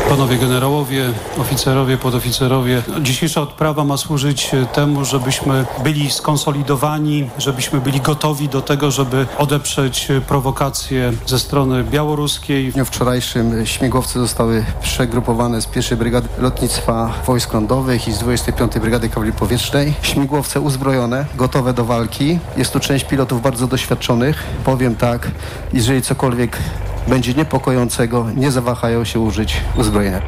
Panowie generałowie, oficerowie, podoficerowie, dzisiejsza odprawa ma służyć temu, żebyśmy byli skonsolidowani, żebyśmy byli gotowi do tego, żeby odeprzeć prowokacje ze strony białoruskiej. W dniu wczorajszym śmigłowce zostały przegrupowane z 1. Brygady Lotnictwa Wojsk Lądowych i z 25. Brygady Kawalerii Powietrznej. Śmigłowce uzbrojone, gotowe do walki. Jest tu część pilotów bardzo doświadczonych. Powiem tak, jeżeli cokolwiek będzie niepokojącego, nie zawahają się użyć uzbrojenia.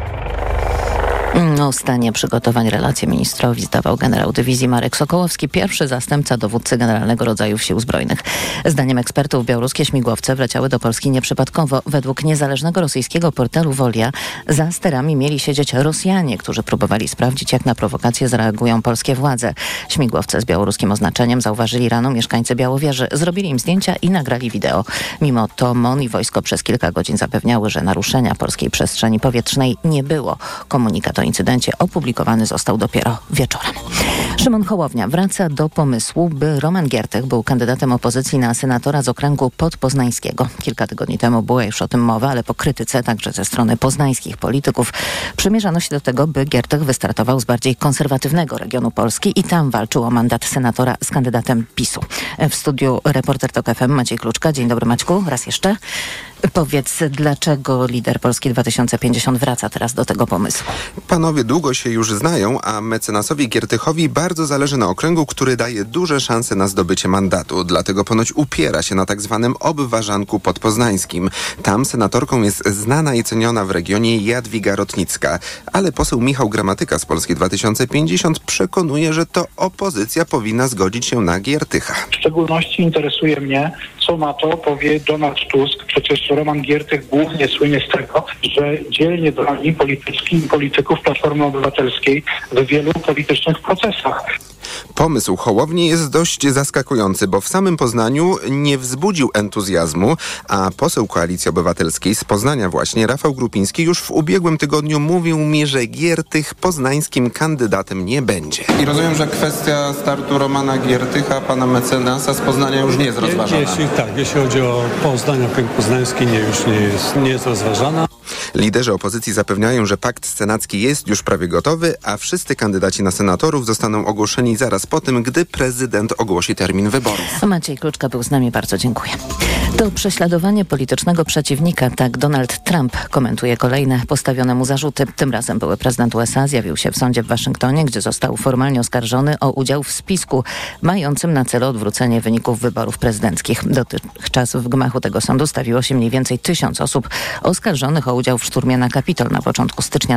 O stanie przygotowań relacje ministrowi zdawał generał dywizji Marek Sokołowski, pierwszy zastępca dowódcy Generalnego Rodzajów Sił Zbrojnych. Zdaniem ekspertów białoruskie śmigłowce wleciały do Polski nieprzypadkowo. Według niezależnego rosyjskiego portalu Wolia za sterami mieli siedzieć Rosjanie, którzy próbowali sprawdzić, jak na prowokacje zareagują polskie władze. Śmigłowce z białoruskim oznaczeniem zauważyli rano mieszkańcy Białowieży. Zrobili im zdjęcia i nagrali wideo. Mimo to MON i wojsko przez kilka godzin zapewniały, że naruszenia polskiej przestrzeni powietrznej nie było. Komunikat o incydencie opublikowany został dopiero wieczorem. Szymon Hołownia wraca do pomysłu, by Roman Giertych był kandydatem opozycji na senatora z okręgu podpoznańskiego. Kilka tygodni temu była już o tym mowa, ale po krytyce także ze strony poznańskich polityków przymierzano się do tego, by Giertych wystartował z bardziej konserwatywnego regionu Polski i tam walczył o mandat senatora z kandydatem PiS-u. W studiu reporter TOK FM Maciej Kluczka. Dzień dobry, Maćku, raz jeszcze. Powiedz, dlaczego lider Polski 2050 wraca teraz do tego pomysłu? Panowie długo się już znają, a mecenasowi Giertychowi bardzo zależy na okręgu, który daje duże szanse na zdobycie mandatu. Dlatego ponoć upiera się na tak zwanym obwarzanku podpoznańskim. Tam senatorką jest znana i ceniona w regionie Jadwiga Rotnicka. Ale poseł Michał Gramatyka z Polski 2050 przekonuje, że to opozycja powinna zgodzić się na Giertycha. W szczególności interesuje mnie, co na to powie Donald Tusk. Przecież Roman Giertych głównie słynie z tego, że dzielnie broni polityków Platformy Obywatelskiej w wielu politycznych procesach. Pomysł Hołowni jest dość zaskakujący, bo w samym Poznaniu nie wzbudził entuzjazmu, a poseł Koalicji Obywatelskiej z Poznania właśnie, Rafał Grupiński, już w ubiegłym tygodniu mówił mi, że Giertych poznańskim kandydatem nie będzie. I rozumiem, że kwestia startu Romana Giertycha, pana mecenasa z Poznania już nie jest rozważana. Jeśli chodzi o Poznań, okręg poznański nie jest rozważana. Liderzy opozycji zapewniają, że pakt senacki jest już prawie gotowy, a wszyscy kandydaci na senatorów zostaną ogłoszeni zaraz po tym, gdy prezydent ogłosi termin wyborów. Maciej Kluczka był z nami, bardzo dziękuję. To prześladowanie politycznego przeciwnika, tak Donald Trump komentuje kolejne postawione mu zarzuty. Tym razem były prezydent USA zjawił się w sądzie w Waszyngtonie, gdzie został formalnie oskarżony o udział w spisku mającym na celu odwrócenie wyników wyborów prezydenckich. Dotychczas w gmachu tego sądu stawiło się mniej więcej 1000 osób oskarżonych o udział w szturmie na Kapitol na początku stycznia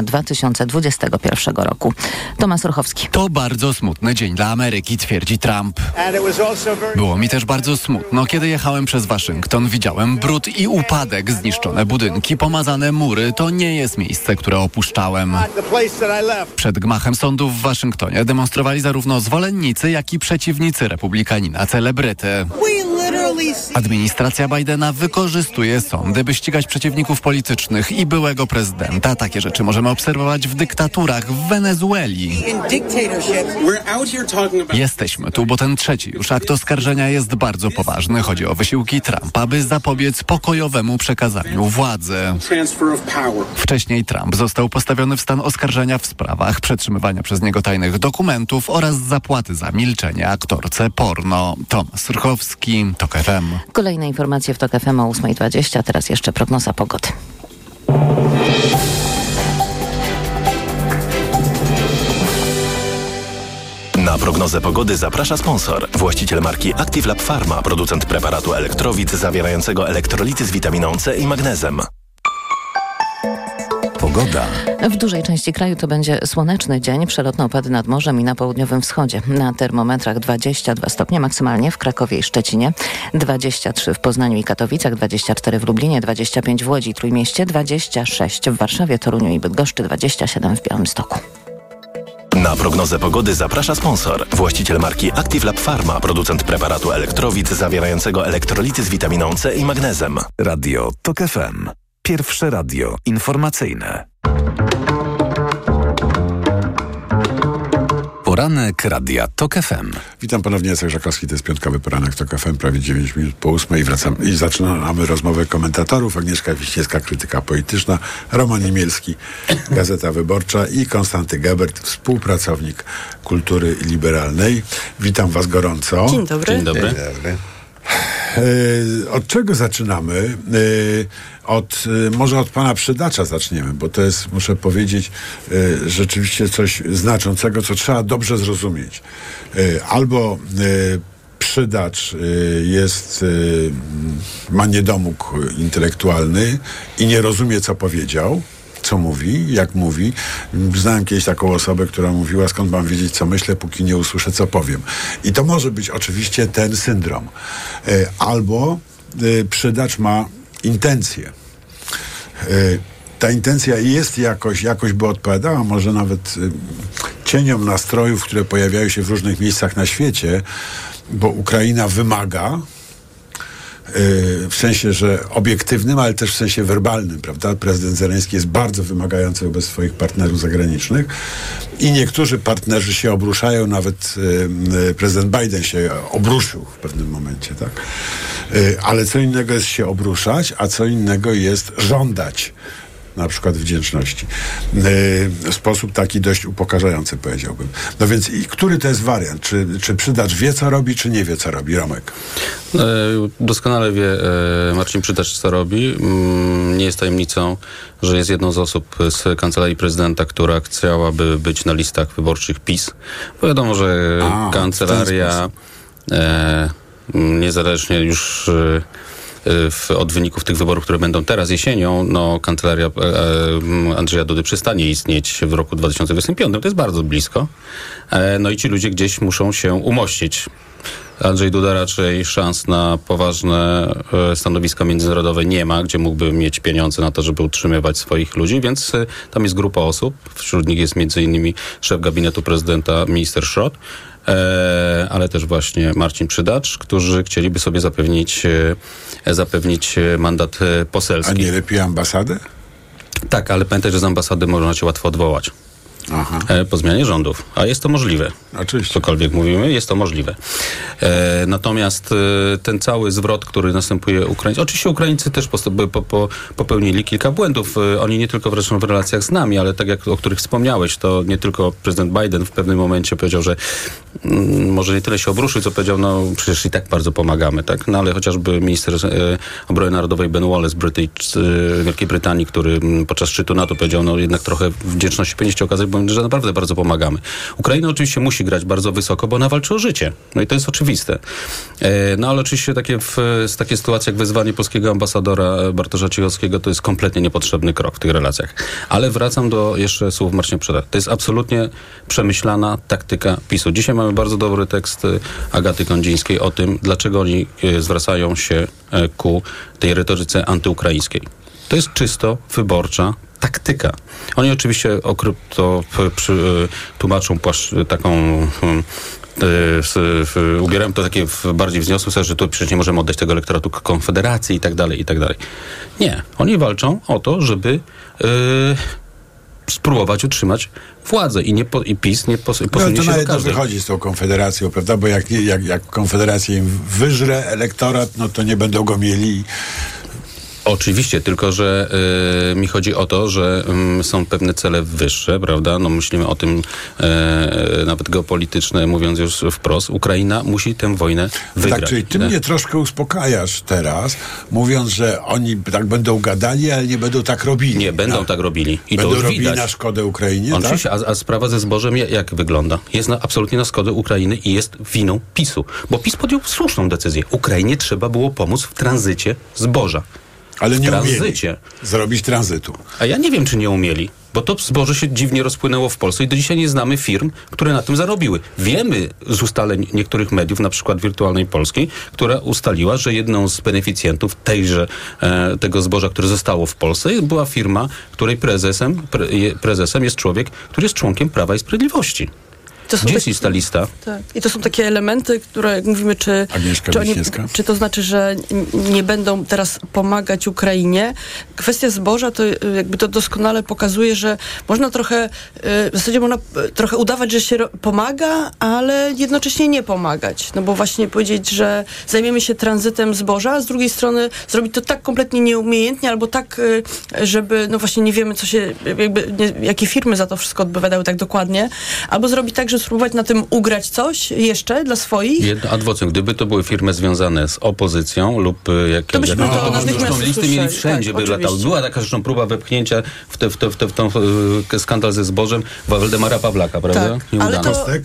2021 roku. Tomasz Rochowski. To bardzo smutny dzień dla Ameryki, twierdzi Trump. Było mi też bardzo smutno, kiedy jechałem przez Waszyngton. Widziałem brud i upadek, zniszczone budynki, pomazane mury. To nie jest miejsce, które opuszczałem. Przed gmachem sądu w Waszyngtonie demonstrowali zarówno zwolennicy, jak i przeciwnicy republikanina celebryty. Administracja Bidena wykorzystuje sądy, by ścigać przeciwników politycznych i byłego prezydenta. Takie rzeczy możemy obserwować w dyktaturach w Wenezueli. Jesteśmy tu, bo ten trzeci już akt oskarżenia jest bardzo poważny. Chodzi o wysiłki Trumpa, by zapobiec pokojowemu przekazaniu władzy. Wcześniej Trump został postawiony w stan oskarżenia w sprawach przetrzymywania przez niego tajnych dokumentów oraz zapłaty za milczenie aktorce porno. Tomasz Rychowski, TOK FM. Kolejne informacje w TOK FM o 8:20, teraz jeszcze prognoza pogody. Na prognozę pogody zaprasza sponsor. Właściciel marki Active Lab Pharma, producent preparatu Elektrowid zawierającego elektrolity z witaminą C i magnezem. Pogoda. W dużej części kraju to będzie słoneczny dzień, przelotne opady nad morzem i na południowym wschodzie. Na termometrach 22 stopnie maksymalnie w Krakowie i Szczecinie, 23 w Poznaniu i Katowicach, 24 w Lublinie, 25 w Łodzi i Trójmieście, 26 w Warszawie, Toruniu i Bydgoszczy, 27 w Białymstoku. Na prognozę pogody zaprasza sponsor. Właściciel marki Active Lab Pharma, producent preparatu Elektrowid zawierającego elektrolity z witaminą C i magnezem. Radio TOK FM. Pierwsze radio informacyjne. Poranek Radia TOK FM. Witam ponownie, Jacek Żakowski, to jest piątkowy poranek TOK FM, prawie 9 minut po 8 i zaczynamy rozmowę komentatorów. Agnieszka Wiśniewska, krytyka polityczna, Roman Niemielski, Gazeta Wyborcza i Konstanty Gebert, współpracownik Kultury Liberalnej. Witam was gorąco. Dzień dobry. Dzień dobry. Dzień dobry. Od czego zaczynamy? Może od pana Przydacza zaczniemy, bo to jest, muszę powiedzieć, rzeczywiście coś znaczącego, co trzeba dobrze zrozumieć. Albo Przydacz ma niedomóg intelektualny i nie rozumie, co powiedział, co mówi, jak mówi. Znałem kiedyś taką osobę, która mówiła, skąd mam wiedzieć, co myślę, póki nie usłyszę, co powiem. I to może być oczywiście ten syndrom. Albo Przydacz ma intencję. Ta intencja jest jakoś by odpowiadała, może nawet cieniom nastrojów, które pojawiają się w różnych miejscach na świecie, bo Ukraina wymaga, w sensie, że obiektywnym, ale też w sensie werbalnym, prawda? Prezydent Zełenski jest bardzo wymagający wobec swoich partnerów zagranicznych i niektórzy partnerzy się obruszają, nawet prezydent Biden się obruszył w pewnym momencie, tak? Ale co innego jest się obruszać, a co innego jest żądać na przykład wdzięczności. W sposób taki dość upokarzający, powiedziałbym. No więc który to jest wariant? Czy Przydacz wie, co robi, czy nie wie, co robi? Romek? Doskonale wie Marcin Przydacz, co robi. Nie jest tajemnicą, że jest jedną z osób z Kancelarii Prezydenta, która chciałaby być na listach wyborczych PiS. Bo wiadomo, że kancelaria niezależnie już od wyników tych wyborów, które będą teraz jesienią, kancelaria Andrzeja Dudy przestanie istnieć w roku 2025. To jest bardzo blisko. I ci ludzie gdzieś muszą się umościć. Andrzej Duda raczej szans na poważne stanowiska międzynarodowe nie ma, gdzie mógłby mieć pieniądze na to, żeby utrzymywać swoich ludzi, więc tam jest grupa osób. Wśród nich jest m.in. szef gabinetu prezydenta, minister Szrot, ale też właśnie Marcin Przydacz, którzy chcieliby sobie zapewnić mandat poselski. A nie lepiej ambasadę? Tak, ale pamiętaj, że z ambasady można cię łatwo odwołać. Aha. Po zmianie rządów. A jest to możliwe. Oczywiście. Cokolwiek mówimy, jest to możliwe. Natomiast ten cały zwrot, który następuje Ukraińcy... Oczywiście Ukraińcy też popełnili kilka błędów. Oni nie tylko zresztą w relacjach z nami, ale tak jak o których wspomniałeś, to nie tylko prezydent Biden w pewnym momencie powiedział, że może nie tyle się obruszył, co powiedział, przecież i tak bardzo pomagamy, tak? Ale chociażby minister obrony narodowej Ben Wallace Wielkiej Brytanii, który podczas szczytu NATO powiedział, jednak trochę wdzięczności powinniście okazać, że naprawdę bardzo pomagamy. Ukraina oczywiście musi grać bardzo wysoko, bo ona walczy o życie. I to jest oczywiste. Ale oczywiście takie sytuacje jak wezwanie polskiego ambasadora Bartosza Cichockiego to jest kompletnie niepotrzebny krok w tych relacjach. Ale wracam do jeszcze słów Marcina Przydacza. To jest absolutnie przemyślana taktyka PiS-u. Dzisiaj mamy bardzo dobry tekst Agaty Kondzińskiej o tym, dlaczego oni zwracają się ku tej retoryce antyukraińskiej. To jest czysto wyborcza taktyka. Oni oczywiście to tłumaczą taką... Ubieram to takie bardziej wzniosłe sens, że tu przecież nie możemy oddać tego elektoratu Konfederacji i tak dalej, i tak dalej. Nie. Oni walczą o to, żeby spróbować utrzymać władzę i PiS nie posunie się do nawet każdej. wychodzi z tą Konfederacją, prawda? Bo jak Konfederacja im wyżre elektorat, to nie będą go mieli. Oczywiście, tylko że mi chodzi o to, że są pewne cele wyższe, prawda? Myślimy o tym nawet geopolityczne, mówiąc już wprost. Ukraina musi tę wojnę wygrać. Tak, czyli ty mnie troszkę uspokajasz teraz, mówiąc, że oni tak będą gadali, ale nie będą tak robili. Nie, będą tak robili. I będą to już robili widać. na szkodę Ukrainie, oczywiście, tak? A sprawa ze zbożem jak wygląda? Jest absolutnie na szkodę Ukrainy i jest winą PiS-u. Bo PiS podjął słuszną decyzję. Ukrainie trzeba było pomóc w tranzycie zboża. Ale nie umieli zrobić tranzytu. A ja nie wiem, czy nie umieli, bo to zboże się dziwnie rozpłynęło w Polsce i do dzisiaj nie znamy firm, które na tym zarobiły. Wiemy z ustaleń niektórych mediów, na przykład Wirtualnej Polskiej, która ustaliła, że jedną z beneficjentów tego zboża, które zostało w Polsce, była firma, której prezesem jest człowiek, który jest członkiem Prawa i Sprawiedliwości. Gdzie jest ta lista? Tak. I to są takie elementy, które jak mówimy, czy to znaczy, że nie będą teraz pomagać Ukrainie. Kwestia zboża to jakby to doskonale pokazuje, że można trochę w zasadzie można trochę udawać, że się pomaga, ale jednocześnie nie pomagać. No bo właśnie powiedzieć, że zajmiemy się tranzytem zboża, a z drugiej strony zrobić to tak kompletnie nieumiejętnie, albo tak, żeby, no właśnie nie wiemy, co się, jakie firmy za to wszystko odpowiadały tak dokładnie, albo zrobić tak, że spróbować na tym ugrać coś jeszcze dla swoich. Jedno ad vocem, gdyby to były firmy związane z opozycją lub to byśmy to natychmiast listy mieli wszędzie, tak, by latały. Była taka zresztą próba wepchnięcia w ten skandal ze zbożem Waldemara Pawlaka, prawda? Tak, ale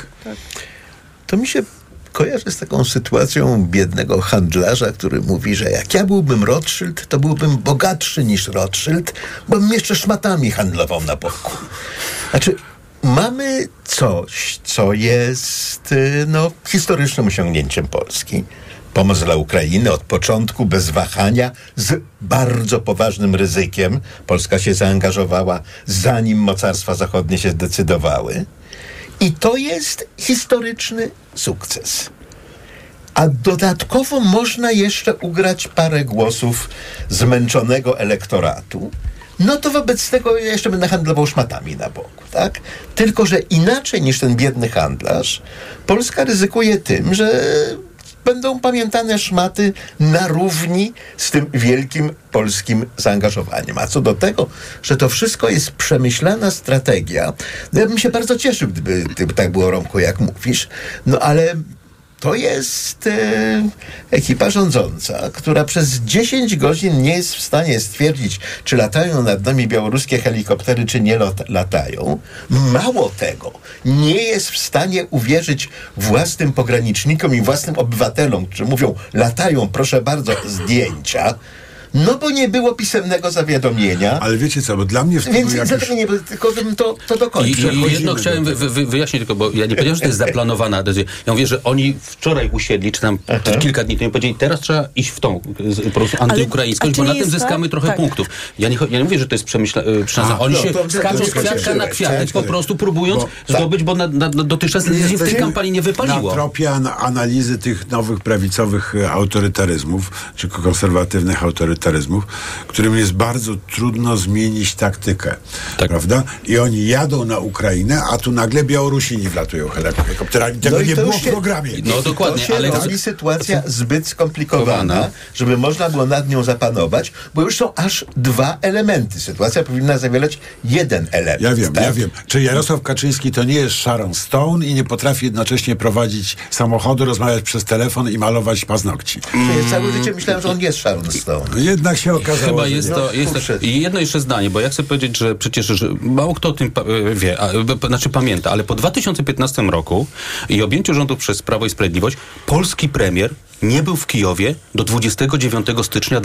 to mi się kojarzy z taką sytuacją biednego handlarza, który mówi, że jak ja byłbym Rothschild, to byłbym bogatszy niż Rothschild, bo bym jeszcze szmatami handlował na boku. Znaczy, mamy coś, co jest historycznym osiągnięciem Polski. Pomoc dla Ukrainy od początku, bez wahania, z bardzo poważnym ryzykiem. Polska się zaangażowała, zanim mocarstwa zachodnie się zdecydowały. I to jest historyczny sukces. A dodatkowo można jeszcze ugrać parę głosów zmęczonego elektoratu. No to wobec tego ja jeszcze będę handlował szmatami na boku, tak? Tylko że inaczej niż ten biedny handlarz, Polska ryzykuje tym, że będą pamiętane szmaty na równi z tym wielkim polskim zaangażowaniem. A co do tego, że to wszystko jest przemyślana strategia, no ja bym się bardzo cieszył, gdyby tak było, Romku, jak mówisz, no ale to jest ekipa rządząca, która przez 10 godzin nie jest w stanie stwierdzić, czy latają nad nami białoruskie helikoptery, czy nie latają. Mało tego, nie jest w stanie uwierzyć własnym pogranicznikom i własnym obywatelom, którzy mówią, latają, proszę bardzo, zdjęcia. No bo nie było pisemnego zawiadomienia. Ale wiecie co, bo dla mnie... Więc dlatego nie, tylko żebym to dokończył. I jedno chciałem wyjaśnić tylko, bo ja nie powiedziałem, że to jest zaplanowana decyzja. Ja mówię, że oni wczoraj usiedli, czy tam kilka dni temu powiedzieli, teraz trzeba iść w tą po prostu antyukraińskość, bo na tym zyskamy trochę punktów. Ja nie mówię, że to jest przemyślane. Oni się skaczą z kwiatka na kwiatek, po prostu próbując zdobyć, bo dotychczas w tej kampanii nie wypaliło. Na tropie analizy tych nowych prawicowych autorytaryzmów, czy konserwatywnych autorytaryzmów, którym jest bardzo trudno zmienić taktykę, prawda? I oni jadą na Ukrainę, a tu nagle Białorusini wlatują helikopterami. Tego nie było w programie. No dokładnie, ale robi sytuacja zbyt skomplikowana, żeby można było nad nią zapanować, bo już są aż 2 elementy. Sytuacja powinna zawierać 1 element. Ja wiem. Czy Jarosław Kaczyński to nie jest Sharon Stone i nie potrafi jednocześnie prowadzić samochodu, rozmawiać przez telefon i malować paznokci? Ja całe życie myślałem, że on jest Sharon Stone. Jednak się okazało, chyba jest to. I jedno jeszcze zdanie, bo ja chcę powiedzieć, że przecież mało kto o tym wie, pamięta, ale po 2015 roku i objęciu rządów przez Prawo i Sprawiedliwość polski premier nie był w Kijowie do 29 stycznia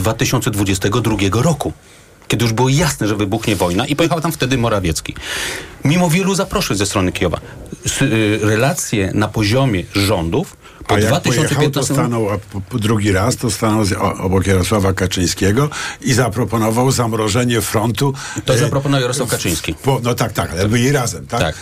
2022 roku. Kiedy już było jasne, że wybuchnie wojna i pojechał tam wtedy Morawiecki. Mimo wielu zaproszeń ze strony Kijowa. Relacje na poziomie rządów po 2015 drugi raz, to stanął obok Jarosława Kaczyńskiego i zaproponował zamrożenie frontu. To zaproponował Jarosław Kaczyński. Tak, ale byli razem, tak?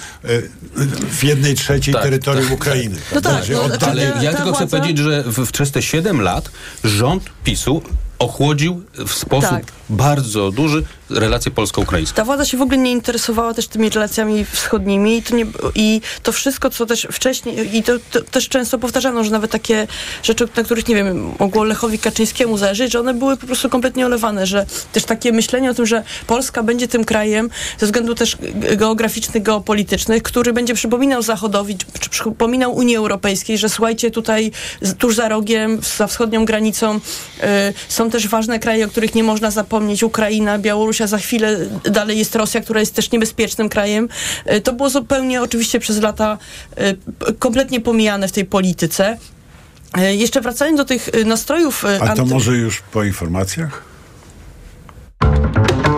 W 1/3 terytorium Ukrainy. Ale ja tylko chcę powiedzieć, że przez te 7 lat rząd PiS-u ochłodził w sposób bardzo duży relacje polsko-ukraińskie. Ta władza się w ogóle nie interesowała też tymi relacjami wschodnimi i to wszystko, co też wcześniej, i to też często powtarzano, że nawet takie rzeczy, na których, nie wiem, mogło Lechowi Kaczyńskiemu zależeć, że one były po prostu kompletnie olewane, że też takie myślenie o tym, że Polska będzie tym krajem ze względu też geograficznych, geopolitycznych, który będzie przypominał Zachodowi, czy przypominał Unii Europejskiej, że słuchajcie, tutaj tuż za rogiem, za wschodnią granicą są też ważne kraje, o których nie można zapomnieć. Ukraina, Białoruś, a za chwilę dalej jest Rosja, która jest też niebezpiecznym krajem. To było zupełnie oczywiście przez lata kompletnie pomijane w tej polityce. Jeszcze wracając do tych nastrojów... A to może już po informacjach?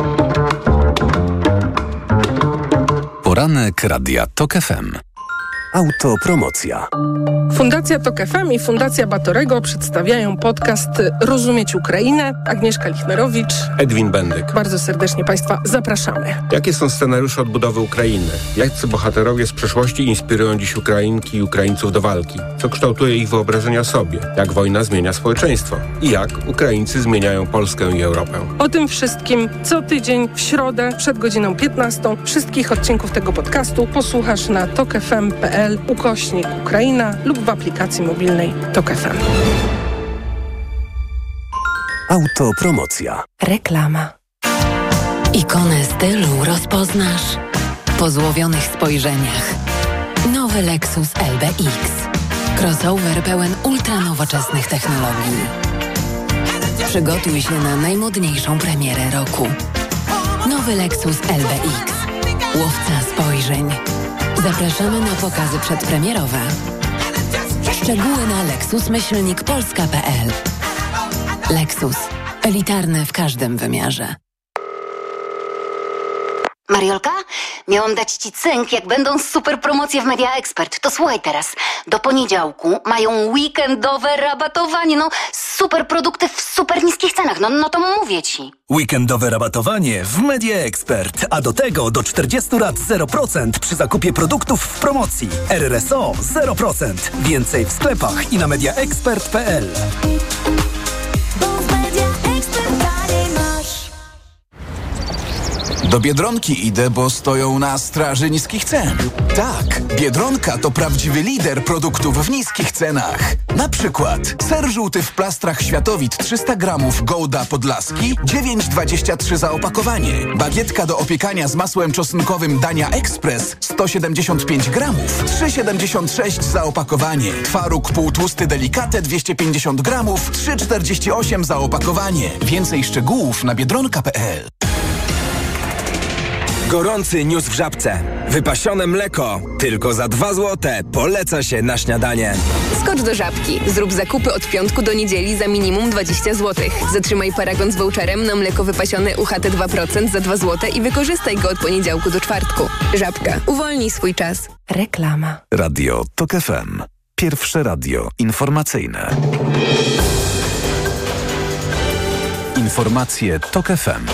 Poranek Radia TOK FM. Autopromocja. Fundacja TOK FM i Fundacja Batorego przedstawiają podcast Rozumieć Ukrainę. Agnieszka Lichnerowicz, Edwin Bendyk. Bardzo serdecznie Państwa zapraszamy. Jakie są scenariusze odbudowy Ukrainy? Jacy bohaterowie z przeszłości inspirują dziś Ukrainki i Ukraińców do walki? Co kształtuje ich wyobrażenia o sobie? Jak wojna zmienia społeczeństwo? I jak Ukraińcy zmieniają Polskę i Europę? O tym wszystkim co tydzień w środę przed godziną 15. Wszystkich odcinków tego podcastu posłuchasz na tokfm.pl/Ukraina lub w aplikacji mobilnej TOK FM. Autopromocja. Reklama. Ikonę stylu rozpoznasz po złowionych spojrzeniach. Nowy Lexus LBX. Crossover pełen ultranowoczesnych technologii. Przygotuj się na najmodniejszą premierę roku. Nowy Lexus LBX. Łowca spojrzeń. Zapraszamy na pokazy przedpremierowe. Szczegóły na lexus-polska.pl. Lexus. Elitarny w każdym wymiarze. Mariolka, miałam dać Ci cynk, jak będą super promocje w Media Expert. To słuchaj teraz, do poniedziałku mają weekendowe rabatowanie. Super produkty w super niskich cenach. No to mówię Ci. Weekendowe rabatowanie w Media Expert. A do tego do 40 lat 0% przy zakupie produktów w promocji. RRSO 0%. Więcej w sklepach i na mediaexpert.pl. Do Biedronki idę, bo stoją na straży niskich cen. Tak, Biedronka to prawdziwy lider produktów w niskich cenach. Na przykład ser żółty w plastrach Światowit 300 gramów Golda Podlaski 9,23 za opakowanie. Bagietka do opiekania z masłem czosnkowym Dania Express 175 gramów 3,76 za opakowanie. Twaróg półtłusty Delicate 250 gramów 3,48 za opakowanie. Więcej szczegółów na biedronka.pl. Gorący news w Żabce. Wypasione mleko. Tylko za 2 złote. Poleca się na śniadanie. Skocz do Żabki. Zrób zakupy od piątku do niedzieli za minimum 20 zł. Zatrzymaj paragon z voucherem na mleko wypasione UHT 2% za 2 zł i wykorzystaj go od poniedziałku do czwartku. Żabka. Uwolnij swój czas. Reklama. Radio TOK FM. Pierwsze radio informacyjne. Informacje TOK FM.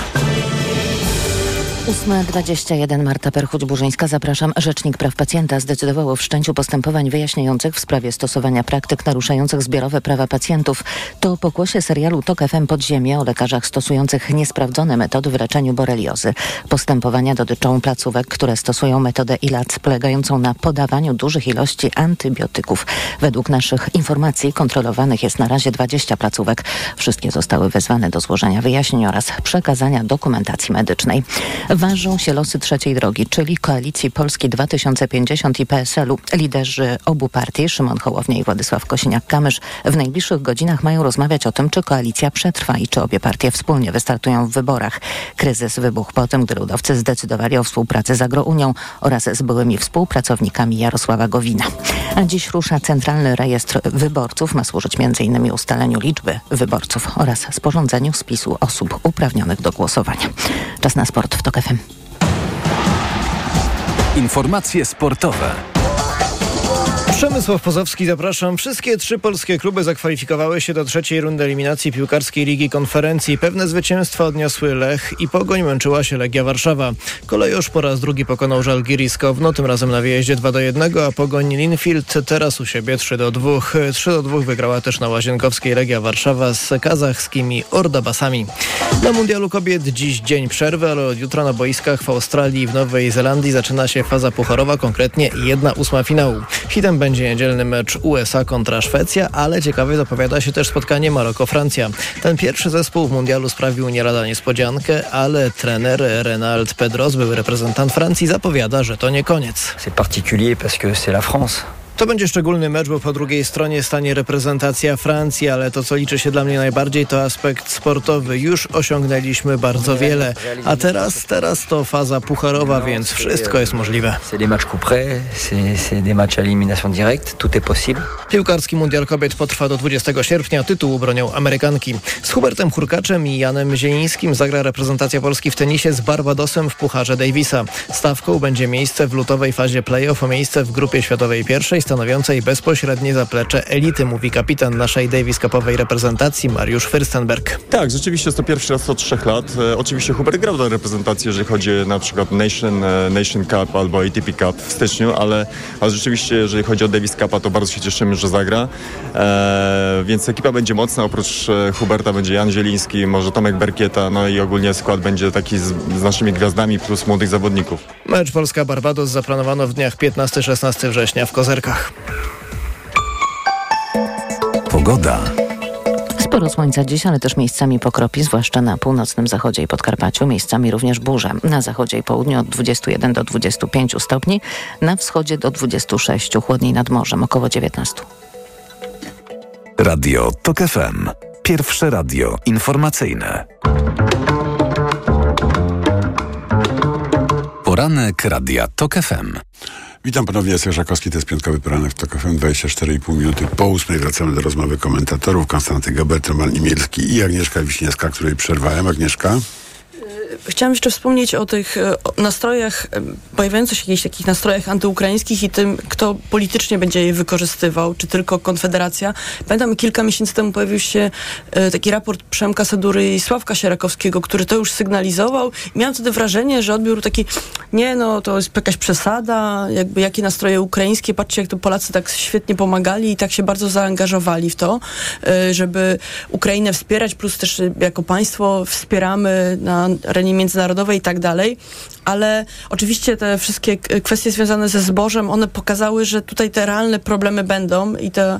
8:21. Marta Perchuć-Burzyńska. Zapraszam. Rzecznik Praw Pacjenta zdecydował o wszczęciu postępowań wyjaśniających w sprawie stosowania praktyk naruszających zbiorowe prawa pacjentów. To pokłosie serialu TOK FM Podziemie o lekarzach stosujących niesprawdzone metody w leczeniu boreliozy. Postępowania dotyczą placówek, które stosują metodę ILAC polegającą na podawaniu dużych ilości antybiotyków. Według naszych informacji kontrolowanych jest na razie 20 placówek. Wszystkie zostały wezwane do złożenia wyjaśnień oraz przekazania dokumentacji medycznej. Ważą się losy trzeciej drogi, czyli Koalicji Polski 2050 i PSL-u. Liderzy obu partii, Szymon Hołownia i Władysław Kosiniak-Kamysz, w najbliższych godzinach mają rozmawiać o tym, czy koalicja przetrwa i czy obie partie wspólnie wystartują w wyborach. Kryzys wybuchł po tym, gdy ludowcy zdecydowali o współpracy z Agrounią oraz z byłymi współpracownikami Jarosława Gowina. A dziś rusza Centralny Rejestr Wyborców. Ma służyć m.in. ustaleniu liczby wyborców oraz sporządzeniu spisu osób uprawnionych do głosowania. Czas na sport w TOK FM. Informacje sportowe. Przemysław Pozowski, zapraszam. Wszystkie 3 polskie kluby zakwalifikowały się do trzeciej rundy eliminacji piłkarskiej Ligi Konferencji. Pewne zwycięstwa odniosły Lech i Pogoń, męczyła się Legia Warszawa. Kolejorz po raz drugi pokonał Żalgiris Kowno, tym razem na wyjeździe 2-1, a Pogoń Linfield teraz u siebie 3-2. 3-2 wygrała też na Łazienkowskiej Legia Warszawa z kazachskimi Ordobasami. Na Mundialu Kobiet dziś dzień przerwy, ale od jutra na boiskach w Australii i w Nowej Zelandii zaczyna się faza pucharowa, konkretnie 1/8 finału. Hitem będzie niedzielny mecz USA kontra Szwecja, ale ciekawie zapowiada się też spotkanie Maroko-Francja. Ten pierwszy zespół w mundialu sprawił nie lada niespodziankę, ale trener Renald Pedros, były reprezentant Francji, zapowiada, że to nie koniec. C'est particulier parce que c'est la France. To będzie szczególny mecz, bo po drugiej stronie stanie reprezentacja Francji, ale to, co liczy się dla mnie najbardziej, to aspekt sportowy. Już osiągnęliśmy bardzo wiele, a teraz to faza pucharowa, więc wszystko jest możliwe. Piłkarski mundial kobiet potrwa do 20 sierpnia. Tytuł bronią Amerykanki. Z Hubertem Hurkaczem i Janem Zielińskim zagra reprezentacja Polski w tenisie z Barbadosem w Pucharze Davisa. Stawką będzie miejsce w lutowej fazie play-off o miejsce w grupie światowej pierwszej, stanowiącej bezpośrednie zaplecze elity, mówi kapitan naszej Davis Cupowej reprezentacji Mariusz Fürstenberg. Tak, rzeczywiście jest to pierwszy raz od 3 lat. Oczywiście Hubert grał do reprezentacji, jeżeli chodzi na przykład Nation Cup albo ATP Cup w styczniu, ale rzeczywiście, jeżeli chodzi o Davis Cupa, to bardzo się cieszymy, że zagra. Więc ekipa będzie mocna. Oprócz Huberta będzie Jan Zieliński, może Tomek Berkieta, no i ogólnie skład będzie taki z naszymi gwiazdami plus młodych zawodników. Mecz Polska-Barbados zaplanowano w dniach 15-16 września w Kozerkach. Pogoda. Sporo słońca dziś, ale też miejscami pokropi, zwłaszcza na północnym zachodzie i Podkarpaciu. Miejscami również burze. Na zachodzie i południu od 21 do 25 stopni, na wschodzie do 26, chłodniej nad morzem, około 19. Radio TOK FM. Pierwsze radio informacyjne. Poranek Radia TOK FM. Witam ponownie, Jacek Żakowski, to jest piątkowy poranek w TOK FM, 24,5 minuty po 8. Wracamy do rozmowy komentatorów. Konstanty Gebert, Roman Imielski i Agnieszka Wiśniewska, której przerwałem. Agnieszka? Chciałam jeszcze wspomnieć o tych nastrojach, pojawiających się jakichś takich nastrojach antyukraińskich i tym, kto politycznie będzie je wykorzystywał, czy tylko Konfederacja. Pamiętam, kilka miesięcy temu pojawił się taki raport Przemka Sedury i Sławka Sierakowskiego, który to już sygnalizował. I miałam wtedy wrażenie, że odbiór taki, to jest jakaś przesada, jakby jakie nastroje ukraińskie, patrzcie, jak to Polacy tak świetnie pomagali i tak się bardzo zaangażowali w to, żeby Ukrainę wspierać, plus też jako państwo wspieramy na arenie międzynarodowej i tak dalej, ale oczywiście te wszystkie kwestie związane ze zbożem, one pokazały, że tutaj te realne problemy będą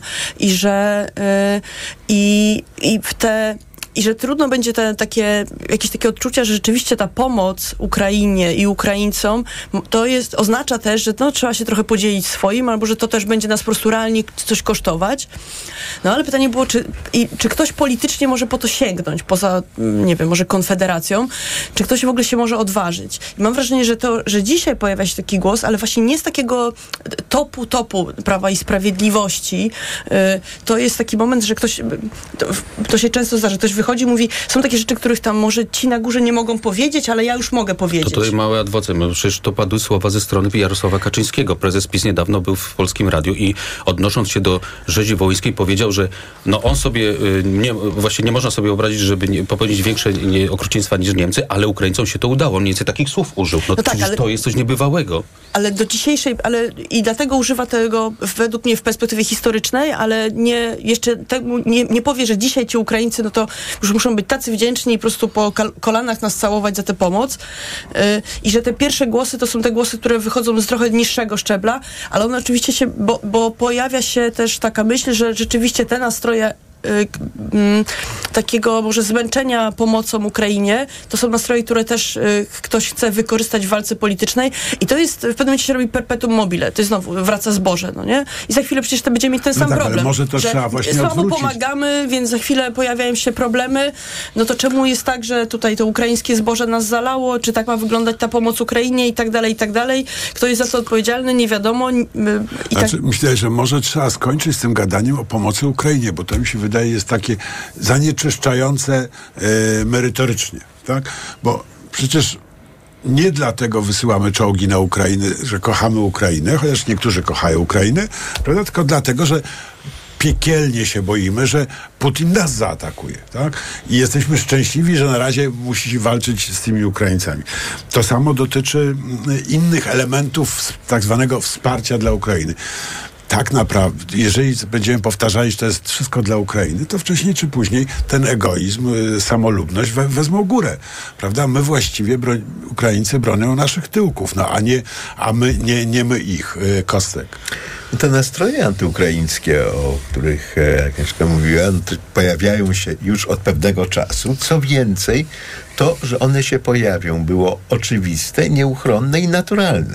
i że trudno będzie jakieś takie odczucia, że rzeczywiście ta pomoc Ukrainie i Ukraińcom oznacza też, że trzeba się trochę podzielić swoim, albo że to też będzie nas po prostu realnie coś kosztować. No ale pytanie było, czy ktoś politycznie może po to sięgnąć, poza, może Konfederacją, czy ktoś w ogóle się może odważyć. I mam wrażenie, że dzisiaj pojawia się taki głos, ale właśnie nie z takiego topu Prawa i Sprawiedliwości. To jest taki moment, że ktoś, to się często zdarza, ktoś wychodzi i mówi, są takie rzeczy, których tam może ci na górze nie mogą powiedzieć, ale ja już mogę powiedzieć. To tutaj małe adwocem. Przecież to padły słowa ze strony Jarosława Kaczyńskiego. Prezes PiS niedawno był w Polskim Radiu i odnosząc się do rzezi wołyńskiej powiedział, że on sobie, właśnie nie można sobie wyobrazić, żeby popełnić większe okrucieństwa niż Niemcy, ale Ukraińcom się to udało. Mniej więcej takich słów użył. To jest coś niebywałego. Ale do dzisiejszej, i dlatego używa tego według mnie w perspektywie historycznej, ale nie powie, że dzisiaj ci Ukraińcy, to już muszą być tacy wdzięczni i po prostu po kolanach nas całować za tę pomoc. I że te pierwsze głosy to są te głosy, które wychodzą z trochę niższego szczebla, ale one oczywiście bo pojawia się też taka myśl, że rzeczywiście te nastroje takiego może zmęczenia pomocą Ukrainie, to są nastroje, które też ktoś chce wykorzystać w walce politycznej i to jest, w pewnym momencie się robi perpetuum mobile, to znowu wraca zboże, nie? I za chwilę przecież to będzie mieć ten sam problem. Ale może to trzeba właśnie słabo odwrócić. pomagamy, więc za chwilę pojawiają się problemy, to czemu jest tak, że tutaj to ukraińskie zboże nas zalało, czy tak ma wyglądać ta pomoc Ukrainie i tak dalej. Kto jest za to odpowiedzialny, nie wiadomo. Myślę, że może trzeba skończyć z tym gadaniem o pomocy Ukrainie, bo to mi się wydaje jest takie zanieczyszczające merytorycznie, tak? Bo przecież nie dlatego wysyłamy czołgi na Ukrainę, że kochamy Ukrainę, chociaż niektórzy kochają Ukrainę, prawda? Tylko dlatego, że piekielnie się boimy, że Putin nas zaatakuje, tak? I jesteśmy szczęśliwi, że na razie musi walczyć z tymi Ukraińcami. To samo dotyczy innych elementów tak zwanego wsparcia dla Ukrainy. Tak naprawdę, jeżeli będziemy powtarzali, że to jest wszystko dla Ukrainy, to wcześniej czy później ten egoizm, samolubność wezmą górę. Prawda? My właściwie, Ukraińcy bronią naszych tyłków, a my nie my ich kostek. Te nastroje antyukraińskie, o których Agnieszka mówiła, pojawiają się już od pewnego czasu. Co więcej, to, że one się pojawią, było oczywiste, nieuchronne i naturalne.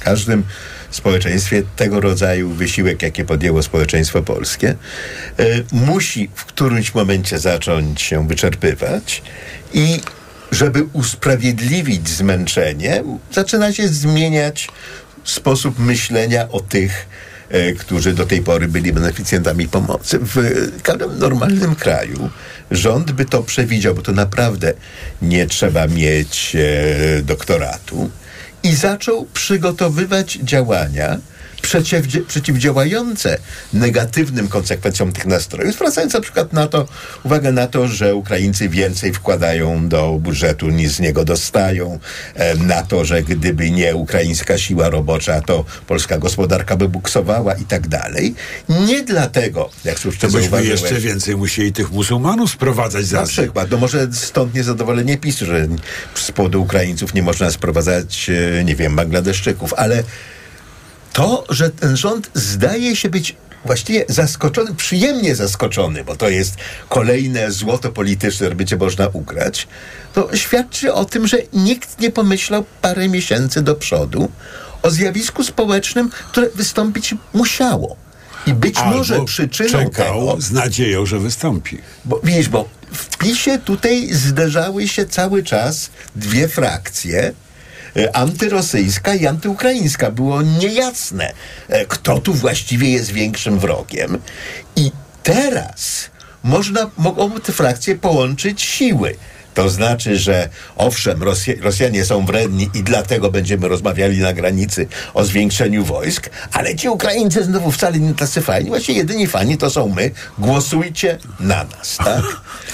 każdym społeczeństwie tego rodzaju wysiłek, jaki podjęło społeczeństwo polskie, musi w którymś momencie zacząć się wyczerpywać i żeby usprawiedliwić zmęczenie, zaczyna się zmieniać sposób myślenia o tych, którzy do tej pory byli beneficjentami pomocy. W każdym normalnym kraju rząd by to przewidział, bo to naprawdę nie trzeba mieć doktoratu, i zaczął przygotowywać działania przeciwdziałające negatywnym konsekwencjom tych nastrojów, zwracając na przykład uwagę na to, że Ukraińcy więcej wkładają do budżetu niż z niego dostają, na to, że gdyby nie ukraińska siła robocza, to polska gospodarka by buksowała i tak dalej. Nie dlatego, jak słusznie zauważyłeś, jeszcze więcej musieli tych muzułmanów sprowadzać z Azji. Na przykład, może stąd niezadowolenie PiS-u, że z powodu Ukraińców nie można sprowadzać, Bangladeszczyków, ale to, że ten rząd zdaje się być właściwie zaskoczony, przyjemnie zaskoczony, bo to jest kolejne złoto polityczne, które będzie można ugrać, to świadczy o tym, że nikt nie pomyślał parę miesięcy do przodu o zjawisku społecznym, które wystąpić musiało. I być może przyczyną tego... z nadzieją, że wystąpi. Bo w PiS-ie tutaj zderzały się cały czas dwie frakcje, antyrosyjska i antyukraińska. Było niejasne, kto tu właściwie jest większym wrogiem. I teraz mogą te frakcje połączyć siły. To znaczy, że owszem, Rosjanie są wredni i dlatego będziemy rozmawiali na granicy o zwiększeniu wojsk, ale ci Ukraińcy znowu wcale nie tacy fajni. Właśnie jedyni fani to są my. Głosujcie na nas, tak?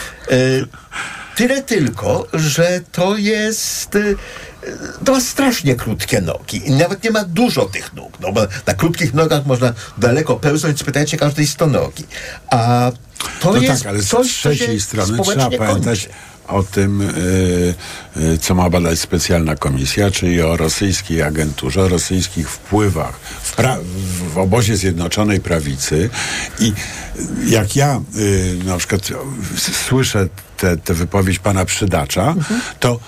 Tyle tylko, że to ma strasznie krótkie nogi i nawet nie ma dużo tych nóg, bo na krótkich nogach można daleko pełznąć, spytajcie każdej stonogi. A to jest ale coś, z trzeciej strony trzeba pamiętać o tym, co ma badać specjalna komisja, czyli o rosyjskiej agenturze, o rosyjskich wpływach w obozie Zjednoczonej Prawicy. I jak ja na przykład słyszę tę wypowiedź pana Przydacza, to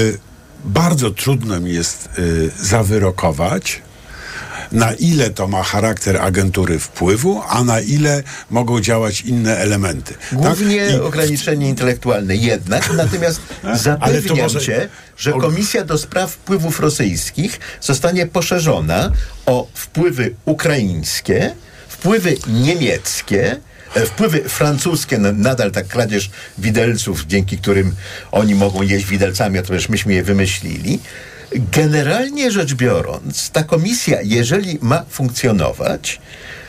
bardzo trudno mi jest zawyrokować, na ile to ma charakter agentury wpływu, a na ile mogą działać inne elementy. Głównie ograniczenie intelektualne jednak, natomiast zapewniam cię, że Komisja do Spraw Wpływów Rosyjskich zostanie poszerzona o wpływy ukraińskie, wpływy niemieckie, wpływy francuskie, nadal tak kradzież widelców, dzięki którym oni mogą jeść widelcami, a to też myśmy je wymyślili. Generalnie rzecz biorąc, ta komisja, jeżeli ma funkcjonować,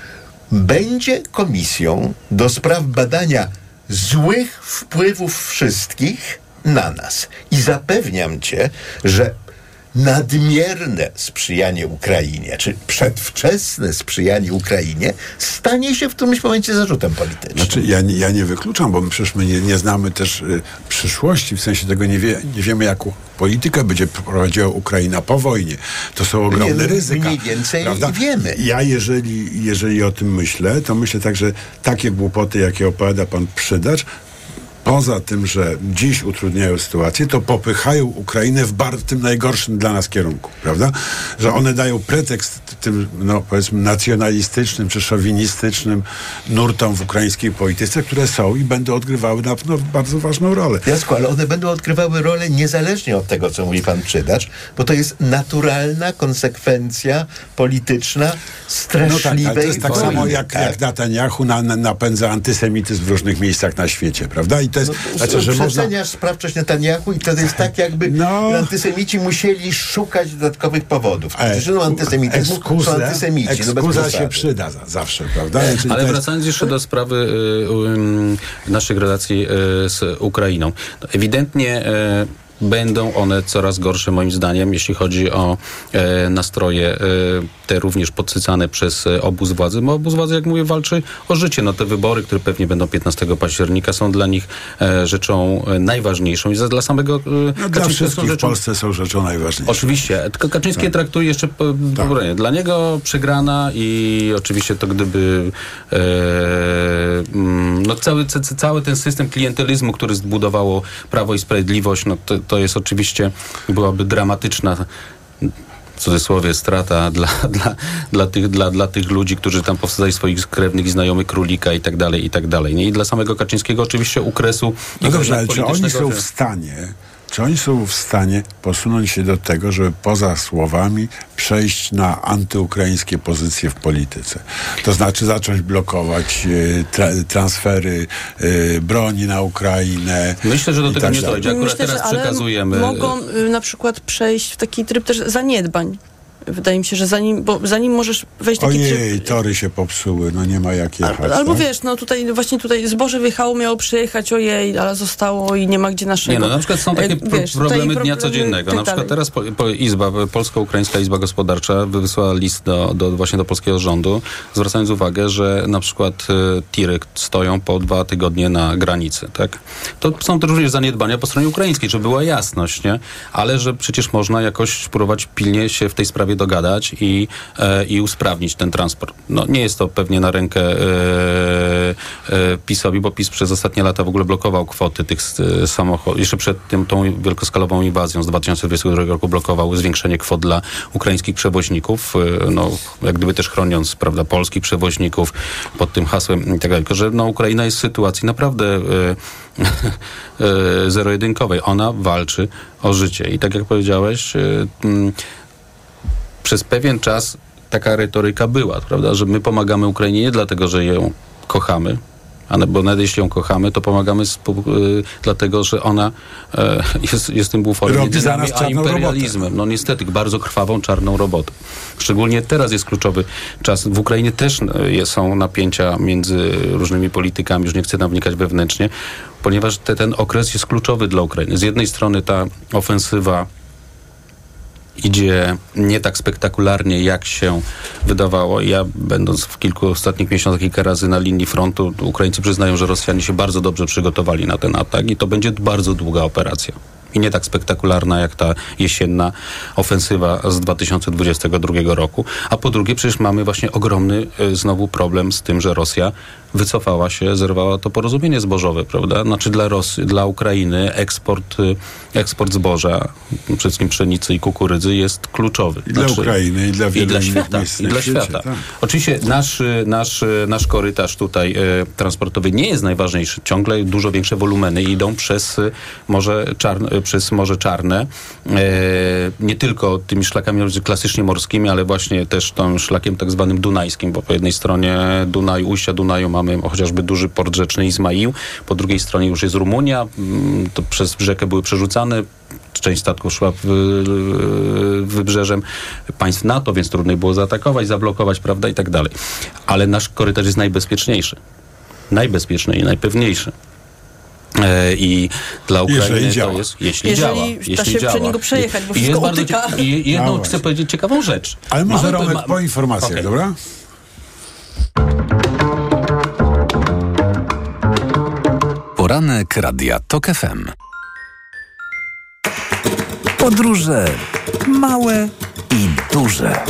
będzie komisją do spraw badania złych wpływów wszystkich na nas. I zapewniam cię, że nadmierne sprzyjanie Ukrainie, czy przedwczesne sprzyjanie Ukrainie stanie się w którymś momencie zarzutem politycznym. Znaczy, ja nie wykluczam, bo przecież my nie znamy też przyszłości, w sensie tego nie wiemy, jaką politykę będzie prowadziła Ukraina po wojnie. To są ogromne ryzyka. Mniej więcej prawda? Wiemy. Ja jeżeli o tym myślę, to myślę tak, że takie głupoty, jakie opowiada pan Przydacz, poza tym, że dziś utrudniają sytuację, to popychają Ukrainę w tym najgorszym dla nas kierunku, prawda? Że one dają pretekst tym, powiedzmy, nacjonalistycznym czy szowinistycznym nurtom w ukraińskiej polityce, które są i będą odgrywały na pewno bardzo ważną rolę. Jasku, ale one będą odgrywały rolę niezależnie od tego, co mówi pan Przydacz, bo to jest naturalna konsekwencja polityczna straszliwej ale to jest tak wojny, samo jak Netanyahu napędza antysemityzm w różnych miejscach na świecie, prawda? I to jest, przeceniasz sprawczość Netanyahu i to jest tak, jakby antysemici musieli szukać dodatkowych powodów. Przyczyną antysemityzmu są antysemici. Ekskuza się przyda zawsze, prawda? Ale wracając jeszcze do sprawy naszych relacji z Ukrainą. Ewidentnie będą one coraz gorsze, moim zdaniem, jeśli chodzi o nastroje, te również podsycane przez obóz władzy. Bo obóz władzy, jak mówię, walczy o życie. Te wybory, które pewnie będą 15 października, są dla nich rzeczą najważniejszą. I dla samego dla wszystkich w Polsce są rzeczą najważniejszą. Oczywiście. Tylko Kaczyński traktuje jeszcze dla niego przegrana i oczywiście to gdyby cały ten system klientelizmu, który zbudowało Prawo i Sprawiedliwość, to jest oczywiście, byłaby dramatyczna w cudzysłowie strata dla tych ludzi, którzy tam powsadzali swoich krewnych i znajomych królika i tak dalej. Nie? I dla samego Kaczyńskiego oczywiście u kresu... No dobrze, ale czy oni są w stanie posunąć się do tego, żeby poza słowami przejść na antyukraińskie pozycje w polityce? To znaczy zacząć blokować transfery broni na Ukrainę. Myślę, że do tego nie dojdzie. Akurat teraz przekazujemy. Mogą na przykład przejść w taki tryb też zaniedbań. Wydaje mi się, że zanim możesz wejść taki tryb... tory się popsuły, no nie ma jak jechać. Albo tak? Wiesz, no tutaj zboże wjechało, miało przyjechać, ale zostało i nie ma gdzie naszego. Nie, no na przykład są takie problemy dnia codziennego. Na przykład teraz Polsko-Ukraińska Izba Gospodarcza wysłała list właśnie do polskiego rządu, zwracając uwagę, że na przykład tiry stoją po 2 tygodnie na granicy, tak? To są też również zaniedbania po stronie ukraińskiej, żeby była jasność, nie? Ale że przecież można jakoś spróbować pilnie się w tej sprawie dogadać i usprawnić ten transport. No nie jest to pewnie na rękę PiS-owi, bo PiS przez ostatnie lata w ogóle blokował kwoty tych samochodów. Jeszcze przed tą wielkoskalową inwazją z 2022 roku blokował zwiększenie kwot dla ukraińskich przewoźników, no jak gdyby też chroniąc, prawda, polskich przewoźników pod tym hasłem i tak dalej. Tylko że Ukraina jest w sytuacji naprawdę zero-jedynkowej. Ona walczy o życie. I tak jak powiedziałeś, przez pewien czas taka retoryka była, prawda, że my pomagamy Ukrainie nie dlatego, że ją kochamy, bo nawet jeśli ją kochamy, to pomagamy dlatego, że ona jest tym buforem między nami a imperializmem. Robotę. No niestety, bardzo krwawą, czarną robotę. Szczególnie teraz jest kluczowy czas. W Ukrainie też są napięcia między różnymi politykami, już nie chcę tam wnikać wewnętrznie, ponieważ ten okres jest kluczowy dla Ukrainy. Z jednej strony ta ofensywa idzie nie tak spektakularnie, jak się wydawało. Ja, będąc w kilku ostatnich miesiącach kilka razy na linii frontu, Ukraińcy przyznają, że Rosjanie się bardzo dobrze przygotowali na ten atak i to będzie bardzo długa operacja. I nie tak spektakularna jak ta jesienna ofensywa z 2022 roku. A po drugie, przecież mamy właśnie ogromny znowu problem z tym, że Rosja wycofała się, zerwała to porozumienie zbożowe, prawda? Znaczy dla Ukrainy eksport zboża, przede wszystkim pszenicy i kukurydzy jest kluczowy. I dla Ukrainy, i dla wielu świata. I dla świata. Tak. Oczywiście nasz korytarz tutaj transportowy nie jest najważniejszy. Ciągle dużo większe wolumeny idą przez Morze Czarne. Nie tylko tymi szlakami klasycznie morskimi, ale właśnie też tym szlakiem tak zwanym dunajskim, bo po jednej stronie ujścia Dunaju mamy chociażby duży port rzeczny Izmail, po drugiej stronie już jest Rumunia, to przez rzekę były przerzucane, część statków szła wybrzeżem państw NATO, więc trudniej było zaatakować, zablokować, prawda, i tak dalej. Ale nasz korytarz jest najbezpieczniejszy i najpewniejszy. I dla Ukrainy to jest, jeśli działa. Da się przez niego przejechać, bo wszystko utyka. I jedną chcę powiedzieć ciekawą rzecz. Ale może Romek po informacjach, okay. Dobra? Poranek Radia TOK FM. Podróże małe i duże.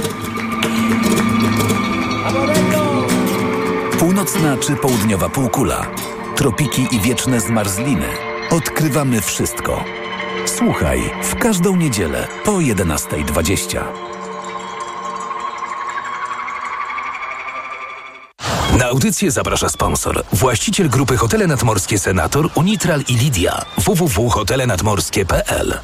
Północna czy południowa półkula. Tropiki i wieczne zmarzliny. Odkrywamy wszystko. Słuchaj w każdą niedzielę po 11:20. Na audycję zaprasza sponsor. Właściciel grupy Hotele Nadmorskie Senator, Unitral i Lidia. www.hotelenadmorskie.pl.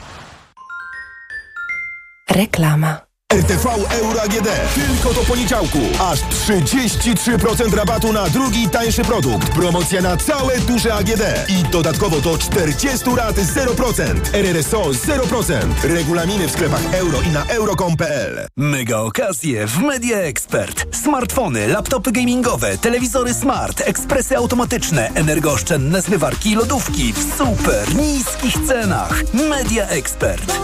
Reklama. RTV Euro AGD. Tylko do poniedziałku. Aż 33% rabatu na drugi tańszy produkt. Promocja na całe duże AGD. I dodatkowo do 40 rat 0%. RRSO 0%. Regulaminy w sklepach euro i na euro.com.pl. Mega okazje w Media Expert. Smartfony, laptopy gamingowe, telewizory smart, ekspresy automatyczne, energooszczędne zmywarki i lodówki w super niskich cenach. Media Expert.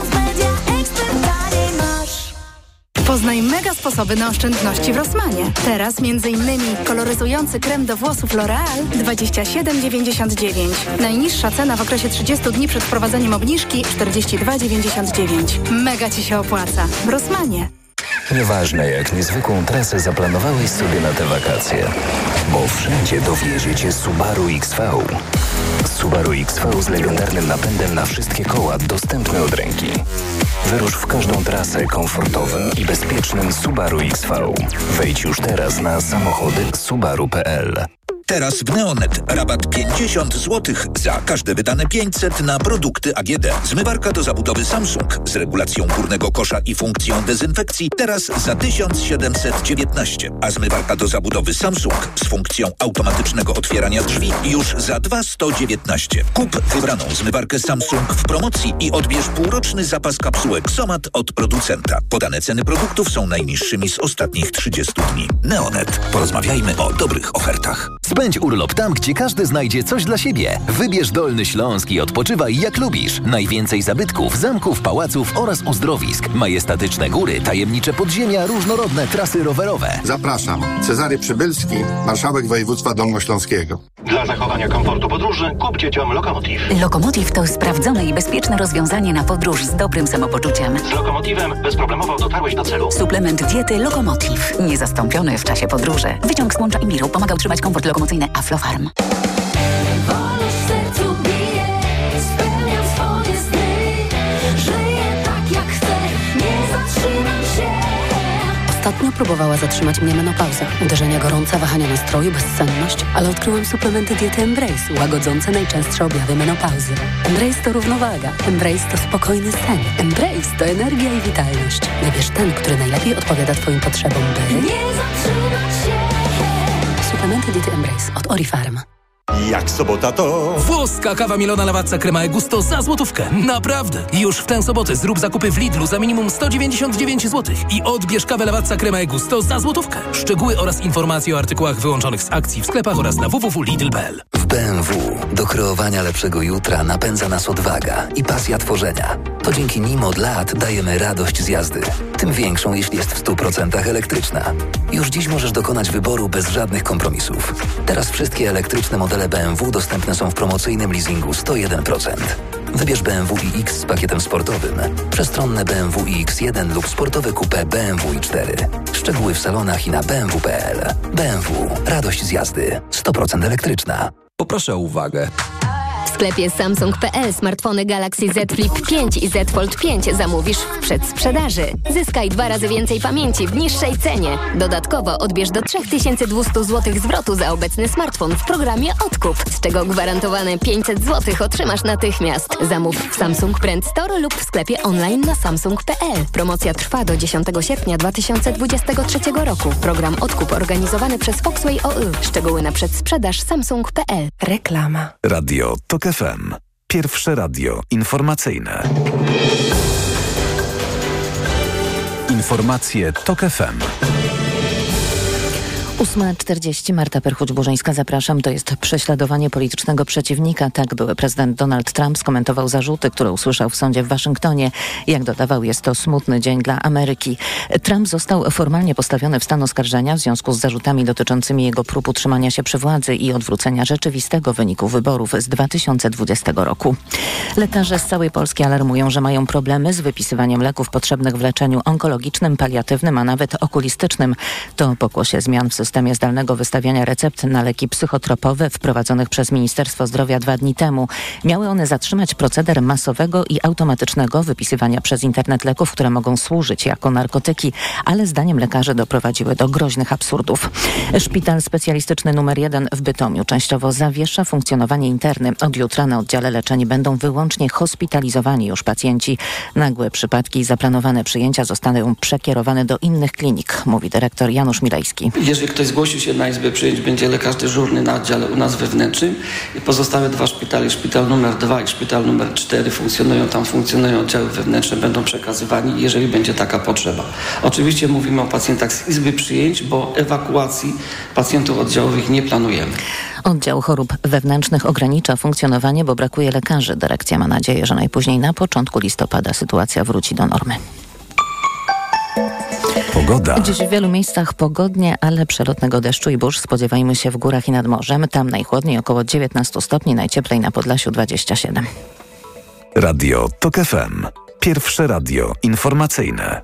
Poznaj mega sposoby na oszczędności w Rossmanie. Teraz m.in. koloryzujący krem do włosów L'Oreal 27,99. Najniższa cena w okresie 30 dni przed wprowadzeniem obniżki 42,99. Mega Ci się opłaca. W Rossmanie. Nieważne, jak niezwykłą trasę zaplanowałeś sobie na te wakacje, bo wszędzie dowiezie Cię Subaru XV. Subaru XV z legendarnym napędem na wszystkie koła, dostępny od ręki. Wyrusz w każdą trasę komfortowym i bezpiecznym Subaru XV. Wejdź już teraz na samochody subaru.pl. Teraz w Neonet rabat 50 zł za każde wydane 500 na produkty AGD. Zmywarka do zabudowy Samsung z regulacją górnego kosza i funkcją dezynfekcji teraz za 1719, a zmywarka do zabudowy Samsung z funkcją automatycznego otwierania drzwi już za 2119. Kup wybraną zmywarkę Samsung w promocji i odbierz półroczny zapas kapsułek Somat od producenta. Podane ceny produktów są najniższymi z ostatnich 30 dni. Neonet. Porozmawiajmy o dobrych ofertach. Spędź urlop tam, gdzie każdy znajdzie coś dla siebie. Wybierz Dolny Śląsk i odpoczywaj jak lubisz. Najwięcej zabytków, zamków, pałaców oraz uzdrowisk. Majestatyczne góry, tajemnicze podziemia, różnorodne trasy rowerowe. Zapraszam. Cezary Przybylski, marszałek województwa dolnośląskiego. Dla zachowania komfortu podróży kup dzieciom Lokomotiv. Lokomotiv to sprawdzone i bezpieczne rozwiązanie na podróż z dobrym samopoczuciem. Z Lokomotivem bezproblemowo dotarłeś do celu. Suplement diety Lokomotiv. Niezastąpiony w czasie podróży. Wyciąg z łącza imbiru pomaga utrzymać komfort lokomocyjny. Aflofarm. Ostatnio próbowała zatrzymać mnie menopauza. Uderzenia gorąca, wahania nastroju, bezsenność, ale odkryłam suplementy diety Embrace, łagodzące najczęstsze objawy menopauzy. Embrace to równowaga. Embrace to spokojny sen. Embrace to energia i witalność. Wybierz ten, który najlepiej odpowiada Twoim potrzebom, by nie zatrzymać się. Suplementy diety Embrace od Orifarm. Jak sobota to... Włoska kawa mielona Lavazza Crema e Gusto za złotówkę. Naprawdę! Już w tę sobotę zrób zakupy w Lidlu za minimum 199 zł i odbierz kawę Lavazza Crema e Gusto za złotówkę. Szczegóły oraz informacje o artykułach wyłączonych z akcji w sklepach oraz na www.lidl.pl. W BMW do kreowania lepszego jutra napędza nas odwaga i pasja tworzenia. To dzięki nim od lat dajemy radość z jazdy. Tym większą, jeśli jest w 100% elektryczna. Już dziś możesz dokonać wyboru bez żadnych kompromisów. Teraz wszystkie elektryczne modele BMW dostępne są w promocyjnym leasingu 101%. Wybierz BMW iX z pakietem sportowym, przestronne BMW iX1 lub sportowe coupé BMW i4. Szczegóły w salonach i na bmw.pl. BMW. Radość z jazdy. 100% elektryczna. Poproszę o uwagę. W sklepie Samsung.pl smartfony Galaxy Z Flip 5 i Z Fold 5 zamówisz w przedsprzedaży. Zyskaj 2 razy więcej pamięci w niższej cenie. Dodatkowo odbierz do 3200 zł zwrotu za obecny smartfon w programie Odkup, z czego gwarantowane 500 zł otrzymasz natychmiast. Zamów w Samsung Brand Store lub w sklepie online na Samsung.pl. Promocja trwa do 10 sierpnia 2023 roku. Program Odkup organizowany przez Foxway OÜ. Szczegóły na przedsprzedaż Samsung.pl. Reklama. Radio TOK FM. Pierwsze radio informacyjne. Informacje TOK FM. 8:40. Marta Perchuć-Burzyńska, zapraszam. To jest prześladowanie politycznego przeciwnika. Tak były prezydent Donald Trump skomentował zarzuty, które usłyszał w sądzie w Waszyngtonie. Jak dodawał, jest to smutny dzień dla Ameryki. Trump został formalnie postawiony w stan oskarżenia w związku z zarzutami dotyczącymi jego prób utrzymania się przy władzy i odwrócenia rzeczywistego wyniku wyborów z 2020 roku. Lekarze z całej Polski alarmują, że mają problemy z wypisywaniem leków potrzebnych w leczeniu onkologicznym, paliatywnym, a nawet okulistycznym. To pokłosie zmian w systemie zdalnego wystawiania recept na leki psychotropowe wprowadzonych przez Ministerstwo Zdrowia 2 dni temu. Miały one zatrzymać proceder masowego i automatycznego wypisywania przez internet leków, które mogą służyć jako narkotyki, ale zdaniem lekarzy doprowadziły do groźnych absurdów. Szpital specjalistyczny nr 1 w Bytomiu częściowo zawiesza funkcjonowanie interny. Od jutra na oddziale leczeni będą wyłącznie hospitalizowani już pacjenci. Nagłe przypadki i zaplanowane przyjęcia zostaną przekierowane do innych klinik, mówi dyrektor Janusz Milejski. Jeżeli ktoś zgłosi się na izbę przyjęć, będzie lekarz dyżurny na oddziale u nas wewnętrznym i pozostałe 2 szpitale, szpital numer 2 i szpital numer 4 funkcjonują oddziały wewnętrzne, będą przekazywani, jeżeli będzie taka potrzeba. Oczywiście mówimy o pacjentach z izby przyjęć, bo ewakuacji pacjentów oddziałowych nie planujemy. Oddział chorób wewnętrznych ogranicza funkcjonowanie, bo brakuje lekarzy. Dyrekcja ma nadzieję, że najpóźniej na początku listopada sytuacja wróci do normy. Pogoda. Dziś w wielu miejscach pogodnie, ale przelotnego deszczu i burz spodziewajmy się w górach i nad morzem. Tam najchłodniej około 19 stopni, najcieplej na Podlasiu 27. Radio TOK FM. Pierwsze radio informacyjne.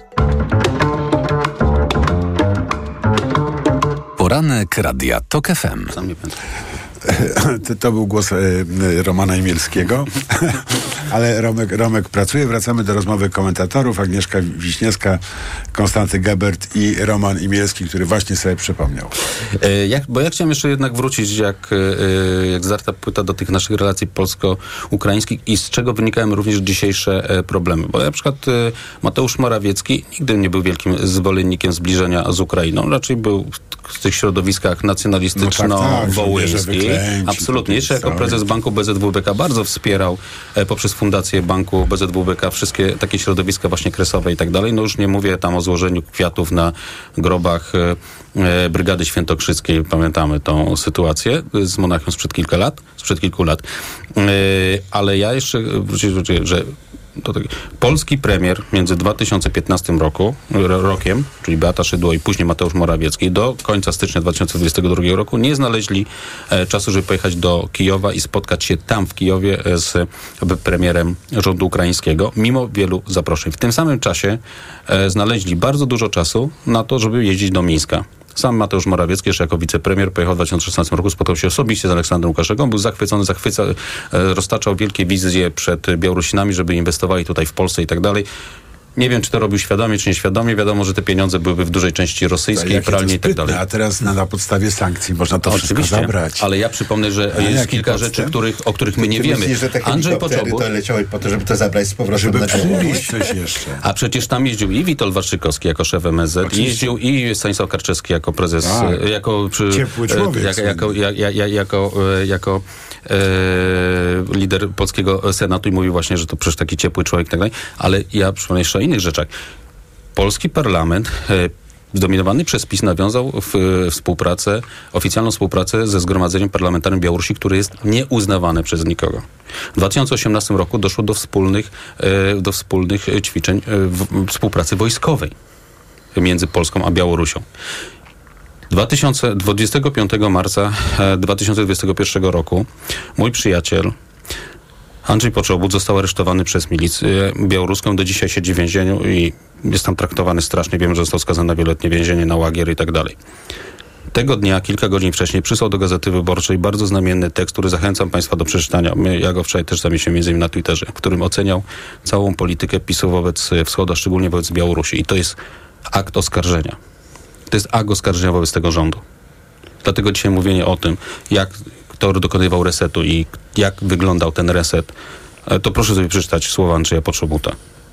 Poranek Radia TOK FM. To był głos Romana Imielskiego, ale Romek pracuje. Wracamy do rozmowy komentatorów. Agnieszka Wiśniewska, Konstanty Gebert i Roman Imielski, który właśnie sobie przypomniał. Bo ja chciałem jeszcze jednak wrócić, jak zdarta płyta, do tych naszych relacji polsko-ukraińskich i z czego wynikają również dzisiejsze problemy. Bo na przykład Mateusz Morawiecki nigdy nie był wielkim zwolennikiem zbliżenia z Ukrainą. Raczej był w tych środowiskach nacjonalistyczno-wołyńskich. Absolutnie. Jeszcze jako prezes banku BZWBK bardzo wspierał poprzez fundację banku BZWBK wszystkie takie środowiska właśnie kresowe i tak dalej. No już nie mówię tam o złożeniu kwiatów na grobach Brygady Świętokrzyskiej. Pamiętamy tą sytuację z Monachium sprzed kilku lat. Ale ja jeszcze wrócić, że polski premier między 2015 rokiem, czyli Beata Szydło i później Mateusz Morawiecki, do końca stycznia 2022 roku nie znaleźli czasu, żeby pojechać do Kijowa i spotkać się tam w Kijowie z premierem rządu ukraińskiego, mimo wielu zaproszeń. W tym samym czasie znaleźli bardzo dużo czasu na to, żeby jeździć do Mińska. Sam Mateusz Morawiecki, jeszcze jako wicepremier, pojechał w 2016 roku, spotkał się osobiście z Aleksandrem Łukaszenką, był zachwycony, roztaczał wielkie wizje przed Białorusinami, żeby inwestowali tutaj w Polsce i tak dalej. Nie wiem, czy to robił świadomie, czy nieświadomie. Wiadomo, że te pieniądze byłyby w dużej części rosyjskie, pralnie i tak dalej. A teraz na podstawie sankcji można to wszystko zabrać. Ale ja przypomnę, że jest kilka rzeczy, o których my nie wiemy. Myślisz, że te Andrzej Poczobut to leciały po to, żeby to zabrać z powrotem, żeby przywieźć coś jeszcze. A przecież tam jeździł i Witold Warszczykowski jako szef MSZ, jeździł i Stanisław Karczewski jako prezes, ciepły człowiek. Jako lider polskiego Senatu i mówił właśnie, że to przecież taki ciepły człowiek i tak dalej. Ale ja przypomnę jeszcze o innych rzeczach. Polski parlament zdominowany przez PiS nawiązał oficjalną współpracę ze Zgromadzeniem Parlamentarnym Białorusi, które jest nieuznawane przez nikogo. W 2018 roku doszło do wspólnych ćwiczeń współpracy wojskowej między Polską a Białorusią. 25 marca 2021 roku mój przyjaciel Andrzej Poczobut został aresztowany przez milicję białoruską. Do dzisiaj siedzi w więzieniu i jest tam traktowany strasznie. Wiem, że został skazany na wieloletnie więzienie, na łagier i tak dalej. Tego dnia, kilka godzin wcześniej, przysłał do Gazety Wyborczej bardzo znamienny tekst, który zachęcam Państwa do przeczytania. Ja go wczoraj też zamieściłem między innymi na Twitterze, w którym oceniał całą politykę PiS-u wobec Wschodu, a szczególnie wobec Białorusi. I to jest akt oskarżenia. To jest akt oskarżenia wobec tego rządu. Dlatego dzisiaj mówienie o tym, jak kto dokonywał resetu i jak wyglądał ten reset, to proszę sobie przeczytać słowa Andrzeja Poczobuta.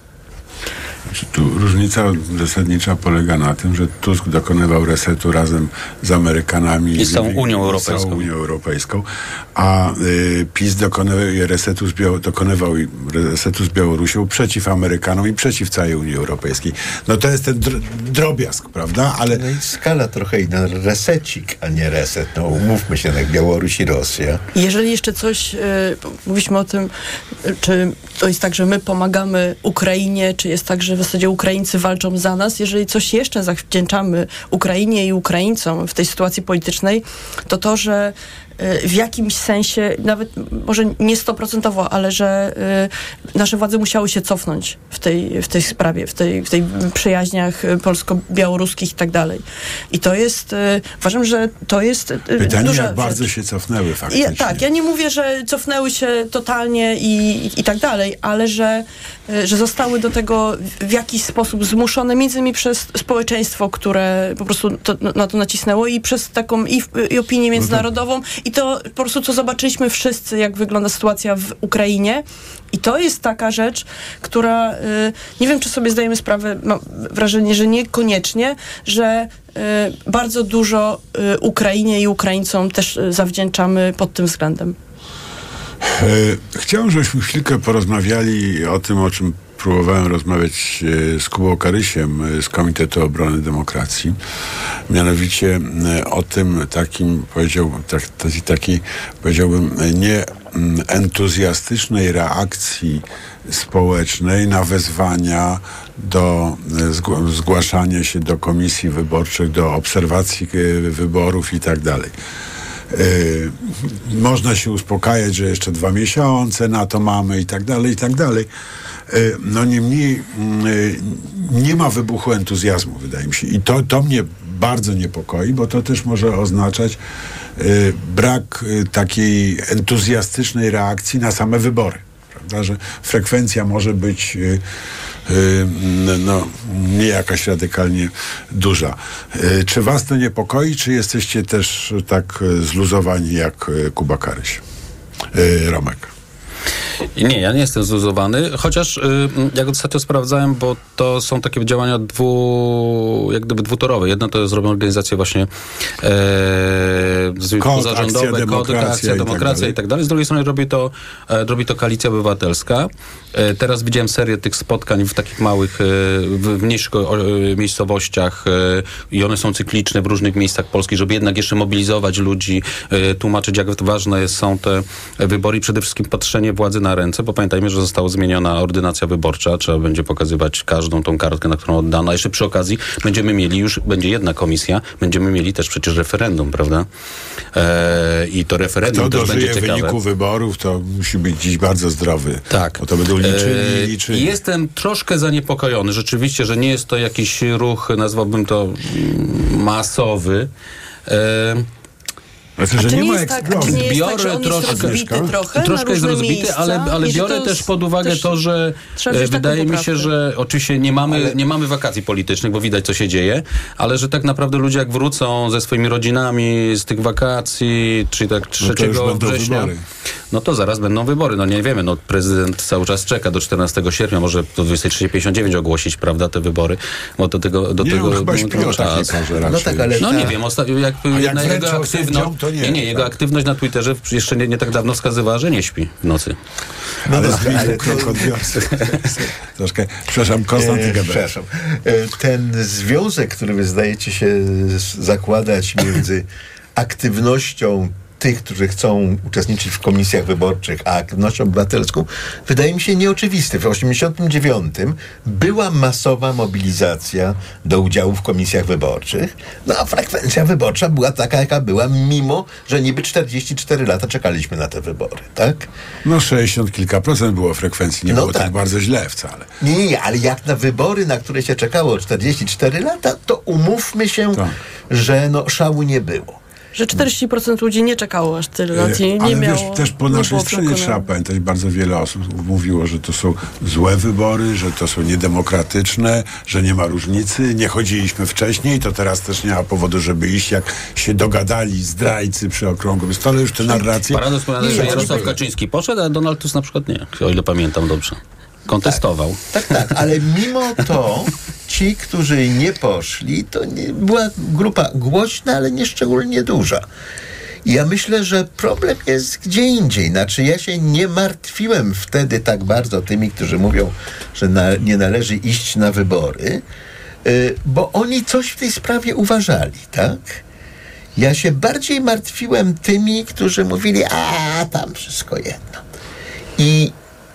Tu różnica zasadnicza polega na tym, że Tusk dokonywał resetu razem z Amerykanami i z całą Unią Europejską, a PiS dokonywał resetu z Białorusią przeciw Amerykanom i przeciw całej Unii Europejskiej. No to jest ten drobiazg, prawda? Ale no i skala trochę inna, resecik, a nie reset. No umówmy się, jak Białoruś i Rosja. Jeżeli jeszcze coś, mówiliśmy o tym, czy to jest tak, że my pomagamy Ukrainie, czy jest tak, że w zasadzie Ukraińcy walczą za nas. Jeżeli coś jeszcze zawdzięczamy Ukrainie i Ukraińcom w tej sytuacji politycznej, to, że w jakimś sensie, nawet może nie 100%, ale że nasze władze musiały się cofnąć w tej sprawie, w tej przyjaźniach polsko-białoruskich i tak dalej. I to jest, uważam, że to jest pytanie, duża jak bardzo rzecz. się cofnęły faktycznie. Ja nie mówię, że cofnęły się totalnie i tak dalej, ale że zostały do tego w jakiś sposób zmuszone, między innymi przez społeczeństwo, które po prostu na to nacisnęło i przez taką i opinię międzynarodową i to po prostu, co zobaczyliśmy wszyscy, jak wygląda sytuacja w Ukrainie. I to jest taka rzecz, która nie wiem, czy sobie zdajemy sprawę, mam wrażenie, że niekoniecznie, że bardzo dużo Ukrainie i Ukraińcom też zawdzięczamy pod tym względem. Chciałem, żebyśmy chwilkę porozmawiali o tym, o czym próbowałem rozmawiać z Kubą Karysiem z Komitetu Obrony Demokracji. Mianowicie o tym powiedziałbym, nie entuzjastycznej reakcji społecznej na wezwania do zgłaszania się do komisji wyborczych, do obserwacji wyborów i tak dalej. Można się uspokajać, że jeszcze 2 miesiące na to mamy i tak dalej, i tak dalej. No niemniej nie ma wybuchu entuzjazmu, wydaje mi się. I to mnie bardzo niepokoi, bo to też może oznaczać brak takiej entuzjastycznej reakcji na same wybory. Prawda, że frekwencja może być nie jakaś radykalnie duża. Czy was to niepokoi, czy jesteście też tak zluzowani jak Kuba Karyś? Romek. Nie, ja nie jestem zluzowany, chociaż jak ostatnio sprawdzałem, bo to są takie działania jak gdyby dwutorowe. Jedno to jest robią organizacje właśnie pozarządowe, akcja demokracja i tak dalej. Z drugiej strony robi to Koalicja Obywatelska. Teraz widziałem serię tych spotkań w takich małych, w mniejszych miejscowościach i one są cykliczne w różnych miejscach Polski, żeby jednak jeszcze mobilizować ludzi, tłumaczyć, jak ważne są te wybory i przede wszystkim patrzenie władzy na ręce, bo pamiętajmy, że została zmieniona ordynacja wyborcza, trzeba będzie pokazywać każdą tą kartkę, na którą oddano. Jeszcze przy okazji będzie jedna komisja, będziemy mieli też przecież referendum, prawda? I to referendum też będzie ciekawe. Kto dożyje wyniku wyborów, to musi być dziś bardzo zdrowy. Tak. Bo to będą liczyli. Jestem troszkę zaniepokojony, rzeczywiście, że nie jest to jakiś ruch, nazwałbym to masowy. Znaczy, że nie ma eksplozji. Biorę troszkę jest rozbity, ale biorę też pod uwagę to, że wydaje mi się, że oczywiście nie mamy wakacji politycznych, bo widać, co się dzieje, ale że tak naprawdę ludzie jak wrócą ze swoimi rodzinami z tych wakacji, czyli tak 3 września, wybory. No to zaraz będą wybory. No nie wiemy, prezydent cały czas czeka do 14 sierpnia, może do 23:59 ogłosić, prawda, te wybory, bo do tego chyba śpi o takiej porze raczej. Nie wiem, jak jego aktywność jego aktywność na Twitterze jeszcze nie tak dawno wskazywała, że nie śpi w nocy. Ale krok odbiorcy. Troszkę, przepraszam, Konstanty Geber. Przepraszam. Ten związek, który wy zdajecie się zakładać między aktywnością tych, którzy chcą uczestniczyć w komisjach wyborczych, a aktywnością obywatelską, wydaje mi się nieoczywisty. W 1989 była masowa mobilizacja do udziału w komisjach wyborczych, a frekwencja wyborcza była taka, jaka była, mimo że niby 44 lata czekaliśmy na te wybory, tak? 60 kilka procent było frekwencji, nie było tak bardzo źle wcale. Nie, ale jak na wybory, na które się czekało 44 lata, to umówmy się, że szału nie było. Że 40% ludzi nie czekało aż tyle lat i nie miało... Ale też po naszej stronie trzeba pamiętać, bardzo wiele osób mówiło, że to są złe wybory, że to są niedemokratyczne, że nie ma różnicy, nie chodziliśmy wcześniej, to teraz też nie ma powodu, żeby iść, jak się dogadali zdrajcy przy okrągłym stole, już te narracje... Paradoks powiada, że Jarosław Kaczyński poszedł, a Donald Tusk na przykład nie, o ile pamiętam dobrze. Kontestował. Tak, ale mimo to ci, którzy nie poszli, to była grupa głośna, ale nie szczególnie duża. I ja myślę, że problem jest gdzie indziej. Znaczy, ja się nie martwiłem wtedy tak bardzo tymi, którzy mówią, że nie należy iść na wybory, bo oni coś w tej sprawie uważali, tak? Ja się bardziej martwiłem tymi, którzy mówili, tam wszystko jedno. I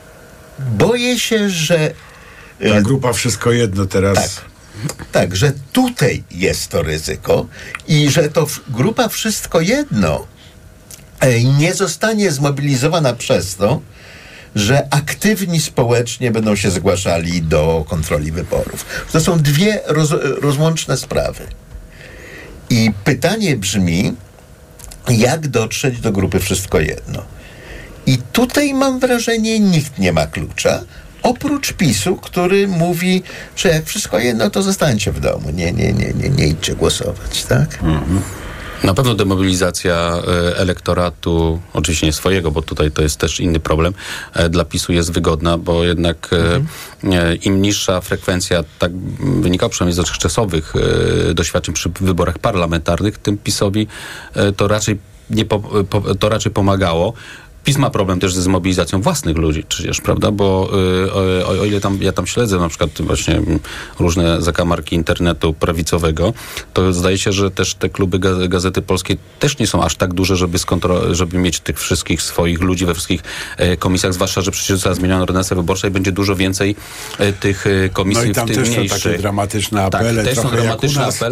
boję się, że... Ta grupa wszystko jedno teraz... Tak, że tutaj jest to ryzyko i że to grupa wszystko jedno nie zostanie zmobilizowana przez to, że aktywni społecznie będą się zgłaszali do kontroli wyborów. To są dwie rozłączne sprawy. I pytanie brzmi, jak dotrzeć do grupy wszystko jedno? I tutaj mam wrażenie, nikt nie ma klucza, oprócz PiS-u, który mówi, że jak wszystko jedno, to zostańcie w domu. Nie idźcie głosować, tak? Na pewno demobilizacja elektoratu, oczywiście nie swojego, bo tutaj to jest też inny problem, dla PiS-u jest wygodna, bo jednak im niższa frekwencja, tak wynika przynajmniej z dotychczasowych doświadczeń przy wyborach parlamentarnych, tym PiS-owi to raczej pomagało. PiS ma problem też ze zmobilizacją własnych ludzi przecież, prawda? Bo o ile ja tam śledzę na przykład właśnie różne zakamarki internetu prawicowego, to zdaje się, że też te kluby Gazety Polskiej też nie są aż tak duże, żeby mieć tych wszystkich swoich ludzi we wszystkich komisjach, zwłaszcza, że przecież została zmieniona ordynacja wyborcza i będzie dużo więcej tych komisji i tam w tych też mniejszych. Są takie dramatyczne apele. Tak, też są dramatyczne apele.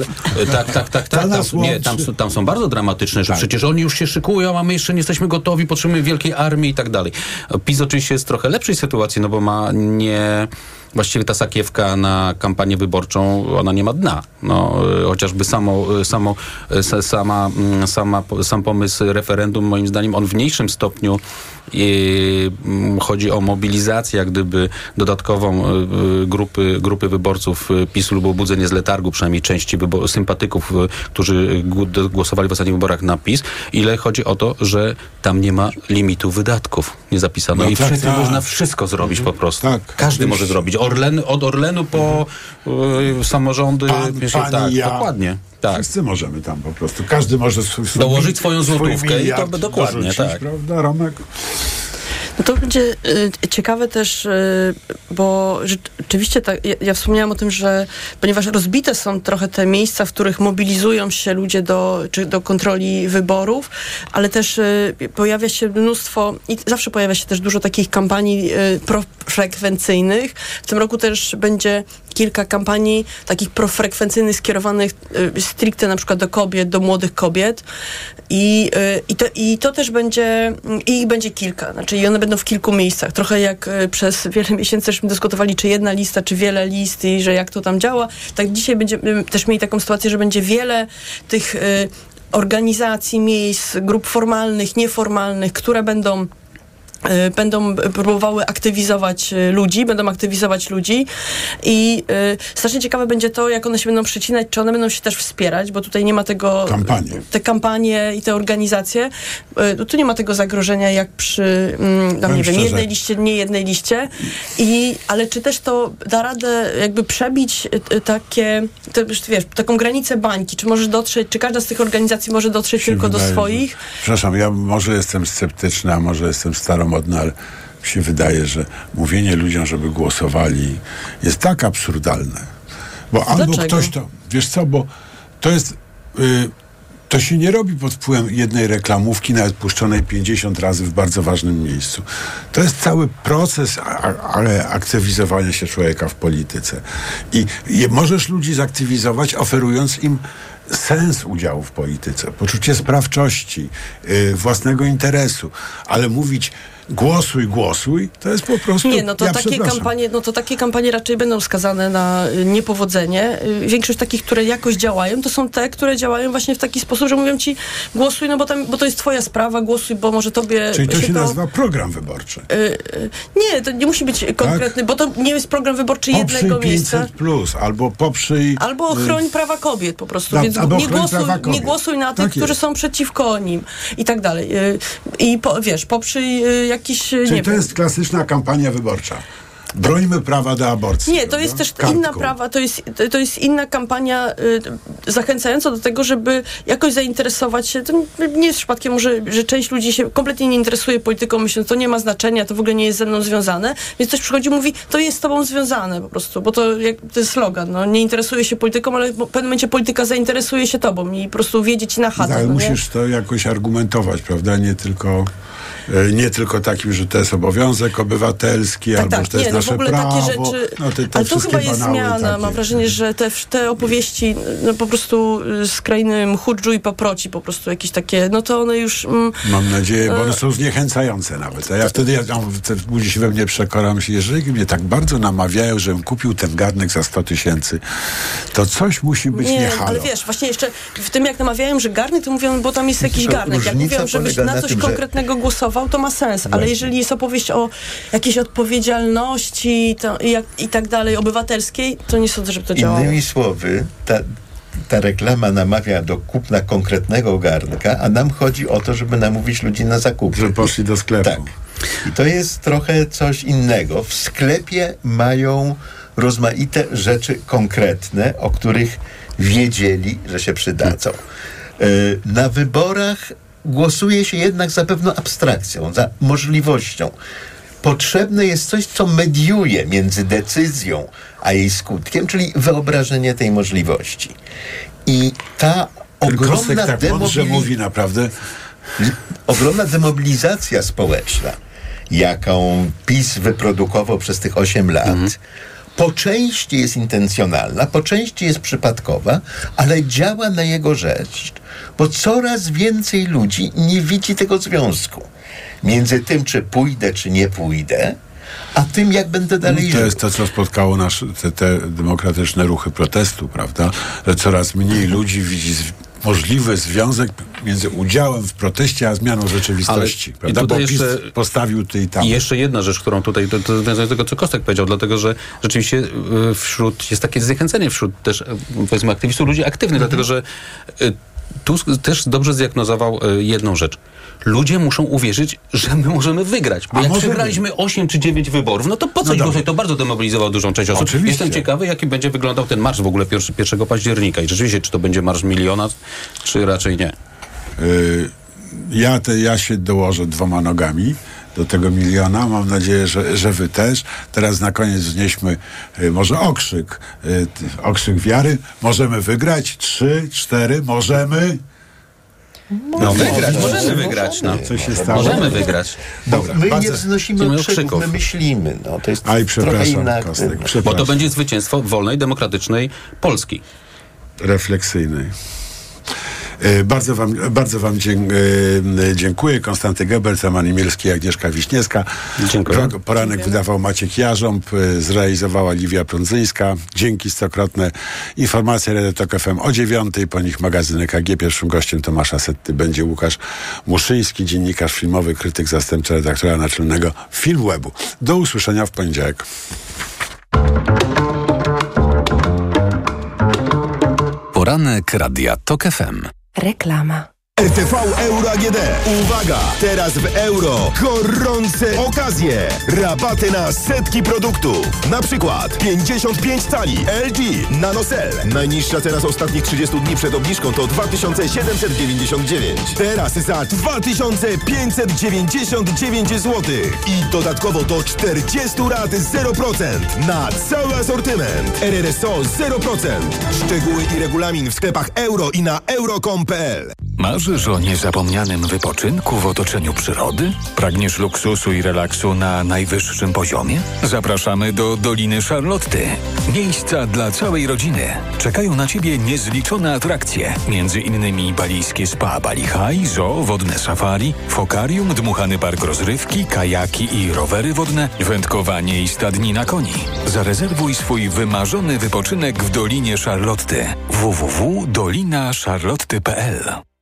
Tam są bardzo dramatyczne, że przecież oni już się szykują, a my jeszcze nie jesteśmy gotowi, potrzebujemy wielkiej armii i tak dalej. PiS oczywiście jest w trochę lepszej sytuacji, no bo ma właściwie ta sakiewka na kampanię wyborczą, ona nie ma dna. Chociażby sam pomysł referendum, moim zdaniem, on w mniejszym stopniu chodzi o mobilizację, jak gdyby dodatkową grupy wyborców PiS-u lub obudzenie z letargu, przynajmniej części sympatyków, którzy głosowali w ostatnich wyborach na PiS, ile chodzi o to, że tam nie ma limitu wydatków. Nie zapisano. I wtedy można wszystko zrobić po prostu. Każdy może zrobić. Od Orlenu po samorządy. Dokładnie. Tak. Wszyscy możemy tam po prostu. Każdy może dołożyć swoją złotówkę i to dokładnie, dorzucić, tak. Prawda, Romek? No to będzie ciekawe też, bo rzeczywiście ja wspomniałam o tym, że ponieważ rozbite są trochę te miejsca, w których mobilizują się ludzie do kontroli wyborów, ale też pojawia się mnóstwo i zawsze pojawia się też dużo takich kampanii profrekwencyjnych. W tym roku też będzie kilka kampanii takich profrekwencyjnych skierowanych stricte na przykład do kobiet, do młodych kobiet i to też będzie, i będzie kilka, znaczy i one będą w kilku miejscach. Trochę jak przez wiele miesięcy żeśmy dyskutowali, czy jedna lista, czy wiele list i że jak to tam działa. Tak dzisiaj będziemy też mieli taką sytuację, że będzie wiele tych organizacji, miejsc, grup formalnych, nieformalnych, które będą próbowały aktywizować ludzi i strasznie ciekawe będzie to, jak one się będą przycinać, czy one będą się też wspierać, bo tutaj nie ma tego... Te kampanie i te organizacje, tu nie ma tego zagrożenia jak przy, jednej liście, nie jednej liście, ale czy też to da radę jakby przebić taką granicę bańki, czy możesz dotrzeć, czy każda z tych organizacji może dotrzeć tylko do swoich? Przepraszam, ja może jestem sceptyczny, a może jestem staromodny, ale mi się wydaje, że mówienie ludziom, żeby głosowali, jest tak absurdalne. Bo albo ktoś to... Wiesz co, bo to jest... to się nie robi pod wpływem jednej reklamówki, nawet puszczonej 50 razy w bardzo ważnym miejscu. To jest cały proces aktywizowania się człowieka w polityce. I możesz ludzi zaktywizować, oferując im sens udziału w polityce, poczucie sprawczości, własnego interesu, ale mówić głosuj, to jest po prostu... Nie, takie kampanie raczej będą skazane na niepowodzenie. Większość takich, które jakoś działają, to są te, które działają właśnie w taki sposób, że mówią ci głosuj, bo to jest twoja sprawa, głosuj, bo może tobie... Czyli to się nazywa program wyborczy. Nie, to nie musi być konkretny, bo to nie jest program wyborczy jednego miejsca. 500+, albo poprzyj... Albo chroń prawa kobiet po prostu, więc nie głosuj na tych, którzy są przeciwko nim i tak dalej. I poprzyj jakiś, Czyli to jest klasyczna kampania wyborcza. Brońmy prawa do aborcji. Nie, to jest też inna prawa, to jest inna kampania zachęcająca do tego, żeby jakoś zainteresować się. To nie jest przypadkiem może, że część ludzi się kompletnie nie interesuje polityką, myślą, że to nie ma znaczenia, to w ogóle nie jest ze mną związane, więc ktoś przychodzi i mówi, to jest z tobą związane po prostu, bo to jest slogan, nie interesuje się polityką, ale w pewnym momencie polityka zainteresuje się tobą i po prostu wjedzie ci na chatę. Ale musisz to jakoś argumentować, prawda? Nie tylko takim, że to jest obowiązek obywatelski, albo że to jest nasze prawo. Takie rzeczy, ale to chyba jest zmiana. Mam wrażenie, że te opowieści po prostu z krainy mchudżu i paproci, po prostu jakieś takie, to one już... Mam nadzieję, bo one są zniechęcające nawet. A ja wtedy budzi się we mnie przekora, myślę, jeżeli mnie tak bardzo namawiają, żebym kupił ten garnek za 100 000, to coś musi być nie halo. Ale wiesz, właśnie jeszcze w tym, jak namawiają, że garnek, to mówią, bo tam jest jakiś garnek. Jak mówią, żebyś na coś konkretnego głosował, to ma sens, ale jeżeli jest opowieść o jakiejś odpowiedzialności i tak dalej, obywatelskiej, to nie sądzę, żeby to działało. Innymi słowy, ta reklama namawia do kupna konkretnego garnka, a nam chodzi o to, żeby namówić ludzi na zakupy. Żeby poszli do sklepu. Tak. I to jest trochę coś innego. W sklepie mają rozmaite rzeczy konkretne, o których wiedzieli, że się przydadzą. Na wyborach głosuje się jednak za pewną abstrakcją, za możliwością. Potrzebne jest coś, co mediuje między decyzją a jej skutkiem, czyli wyobrażenie tej możliwości. I ta ogromna demobilizacja społeczna, jaką PiS wyprodukował przez tych 8 lat, po części jest intencjonalna, po części jest przypadkowa, ale działa na jego rzecz, bo coraz więcej ludzi nie widzi tego związku między tym, czy pójdę, czy nie pójdę, a tym, jak będę dalej żył. To jest to, co spotkało te demokratyczne ruchy protestu, prawda? Że coraz mniej ludzi widzi możliwy związek między udziałem w proteście a zmianą rzeczywistości. Prawda? Bo PiS postawił ty i tam. I jeszcze jedna rzecz, którą tutaj, to związane z tego, co Kostek powiedział, dlatego, że rzeczywiście jest takie zniechęcenie wśród też, powiedzmy, aktywistów, ludzi aktywnych, dlatego, że Tusk też dobrze zdiagnozował jedną rzecz. Ludzie muszą uwierzyć, że my możemy wygrać. Bo jak przegraliśmy 8 czy 9 wyborów, no to po co dłużej? To bardzo demobilizowało dużą część osób. Oczywiście. Jestem ciekawy, jaki będzie wyglądał ten marsz w ogóle 1 października. I rzeczywiście, czy to będzie marsz miliona, czy raczej nie? Ja się dołożę 2 nogami do tego miliona. Mam nadzieję, że wy też. Teraz na koniec wznieśmy może okrzyk wiary. Możemy wygrać. 3, 4, możemy... Możemy wygrać. No. Co się stało? Możemy wygrać. Dobra, my nie wznosimy okrzyków, my myślimy. No, to jest trochę inna aktywność. Bo to będzie zwycięstwo wolnej, demokratycznej Polski. Refleksyjnej. Bardzo wam dziękuję. Konstanty Gebel, Roman Imielski, Agnieszka Wiśniewska. Dziękuję. Poranek wydawał Maciek Jarząb, zrealizowała Liwia Prądzyńska. Dzięki stokrotne. Informacje Radio Tok FM o 9:00, po nich magazyn EKG. Pierwszym gościem Tomasza Setty będzie Łukasz Muszyński, dziennikarz filmowy, krytyk zastępczy redaktora naczelnego Filmwebu. Do usłyszenia w poniedziałek. Poranek Radia Tok FM. Reklama. RTV Euro AGD. Uwaga! Teraz w euro gorące okazje. Rabaty na setki produktów. Na przykład 55 cali LG NanoCell. Najniższa cena z ostatnich 30 dni przed obniżką to 2799. Teraz za 2599 zł. I dodatkowo do 40 rat 0% na cały asortyment. RRSO 0%. Szczegóły i regulamin w sklepach euro i na euro.com.pl. Marzysz o niezapomnianym wypoczynku w otoczeniu przyrody? Pragniesz luksusu i relaksu na najwyższym poziomie? Zapraszamy do Doliny Charlotty. Miejsca dla całej rodziny. Czekają na Ciebie niezliczone atrakcje. Między innymi balijskie spa Bali High, zoo, wodne safari, fokarium, dmuchany park rozrywki, kajaki i rowery wodne, wędkowanie i stadni na koni. Zarezerwuj swój wymarzony wypoczynek w Dolinie Charlotty. www.dolinacharlotty.pl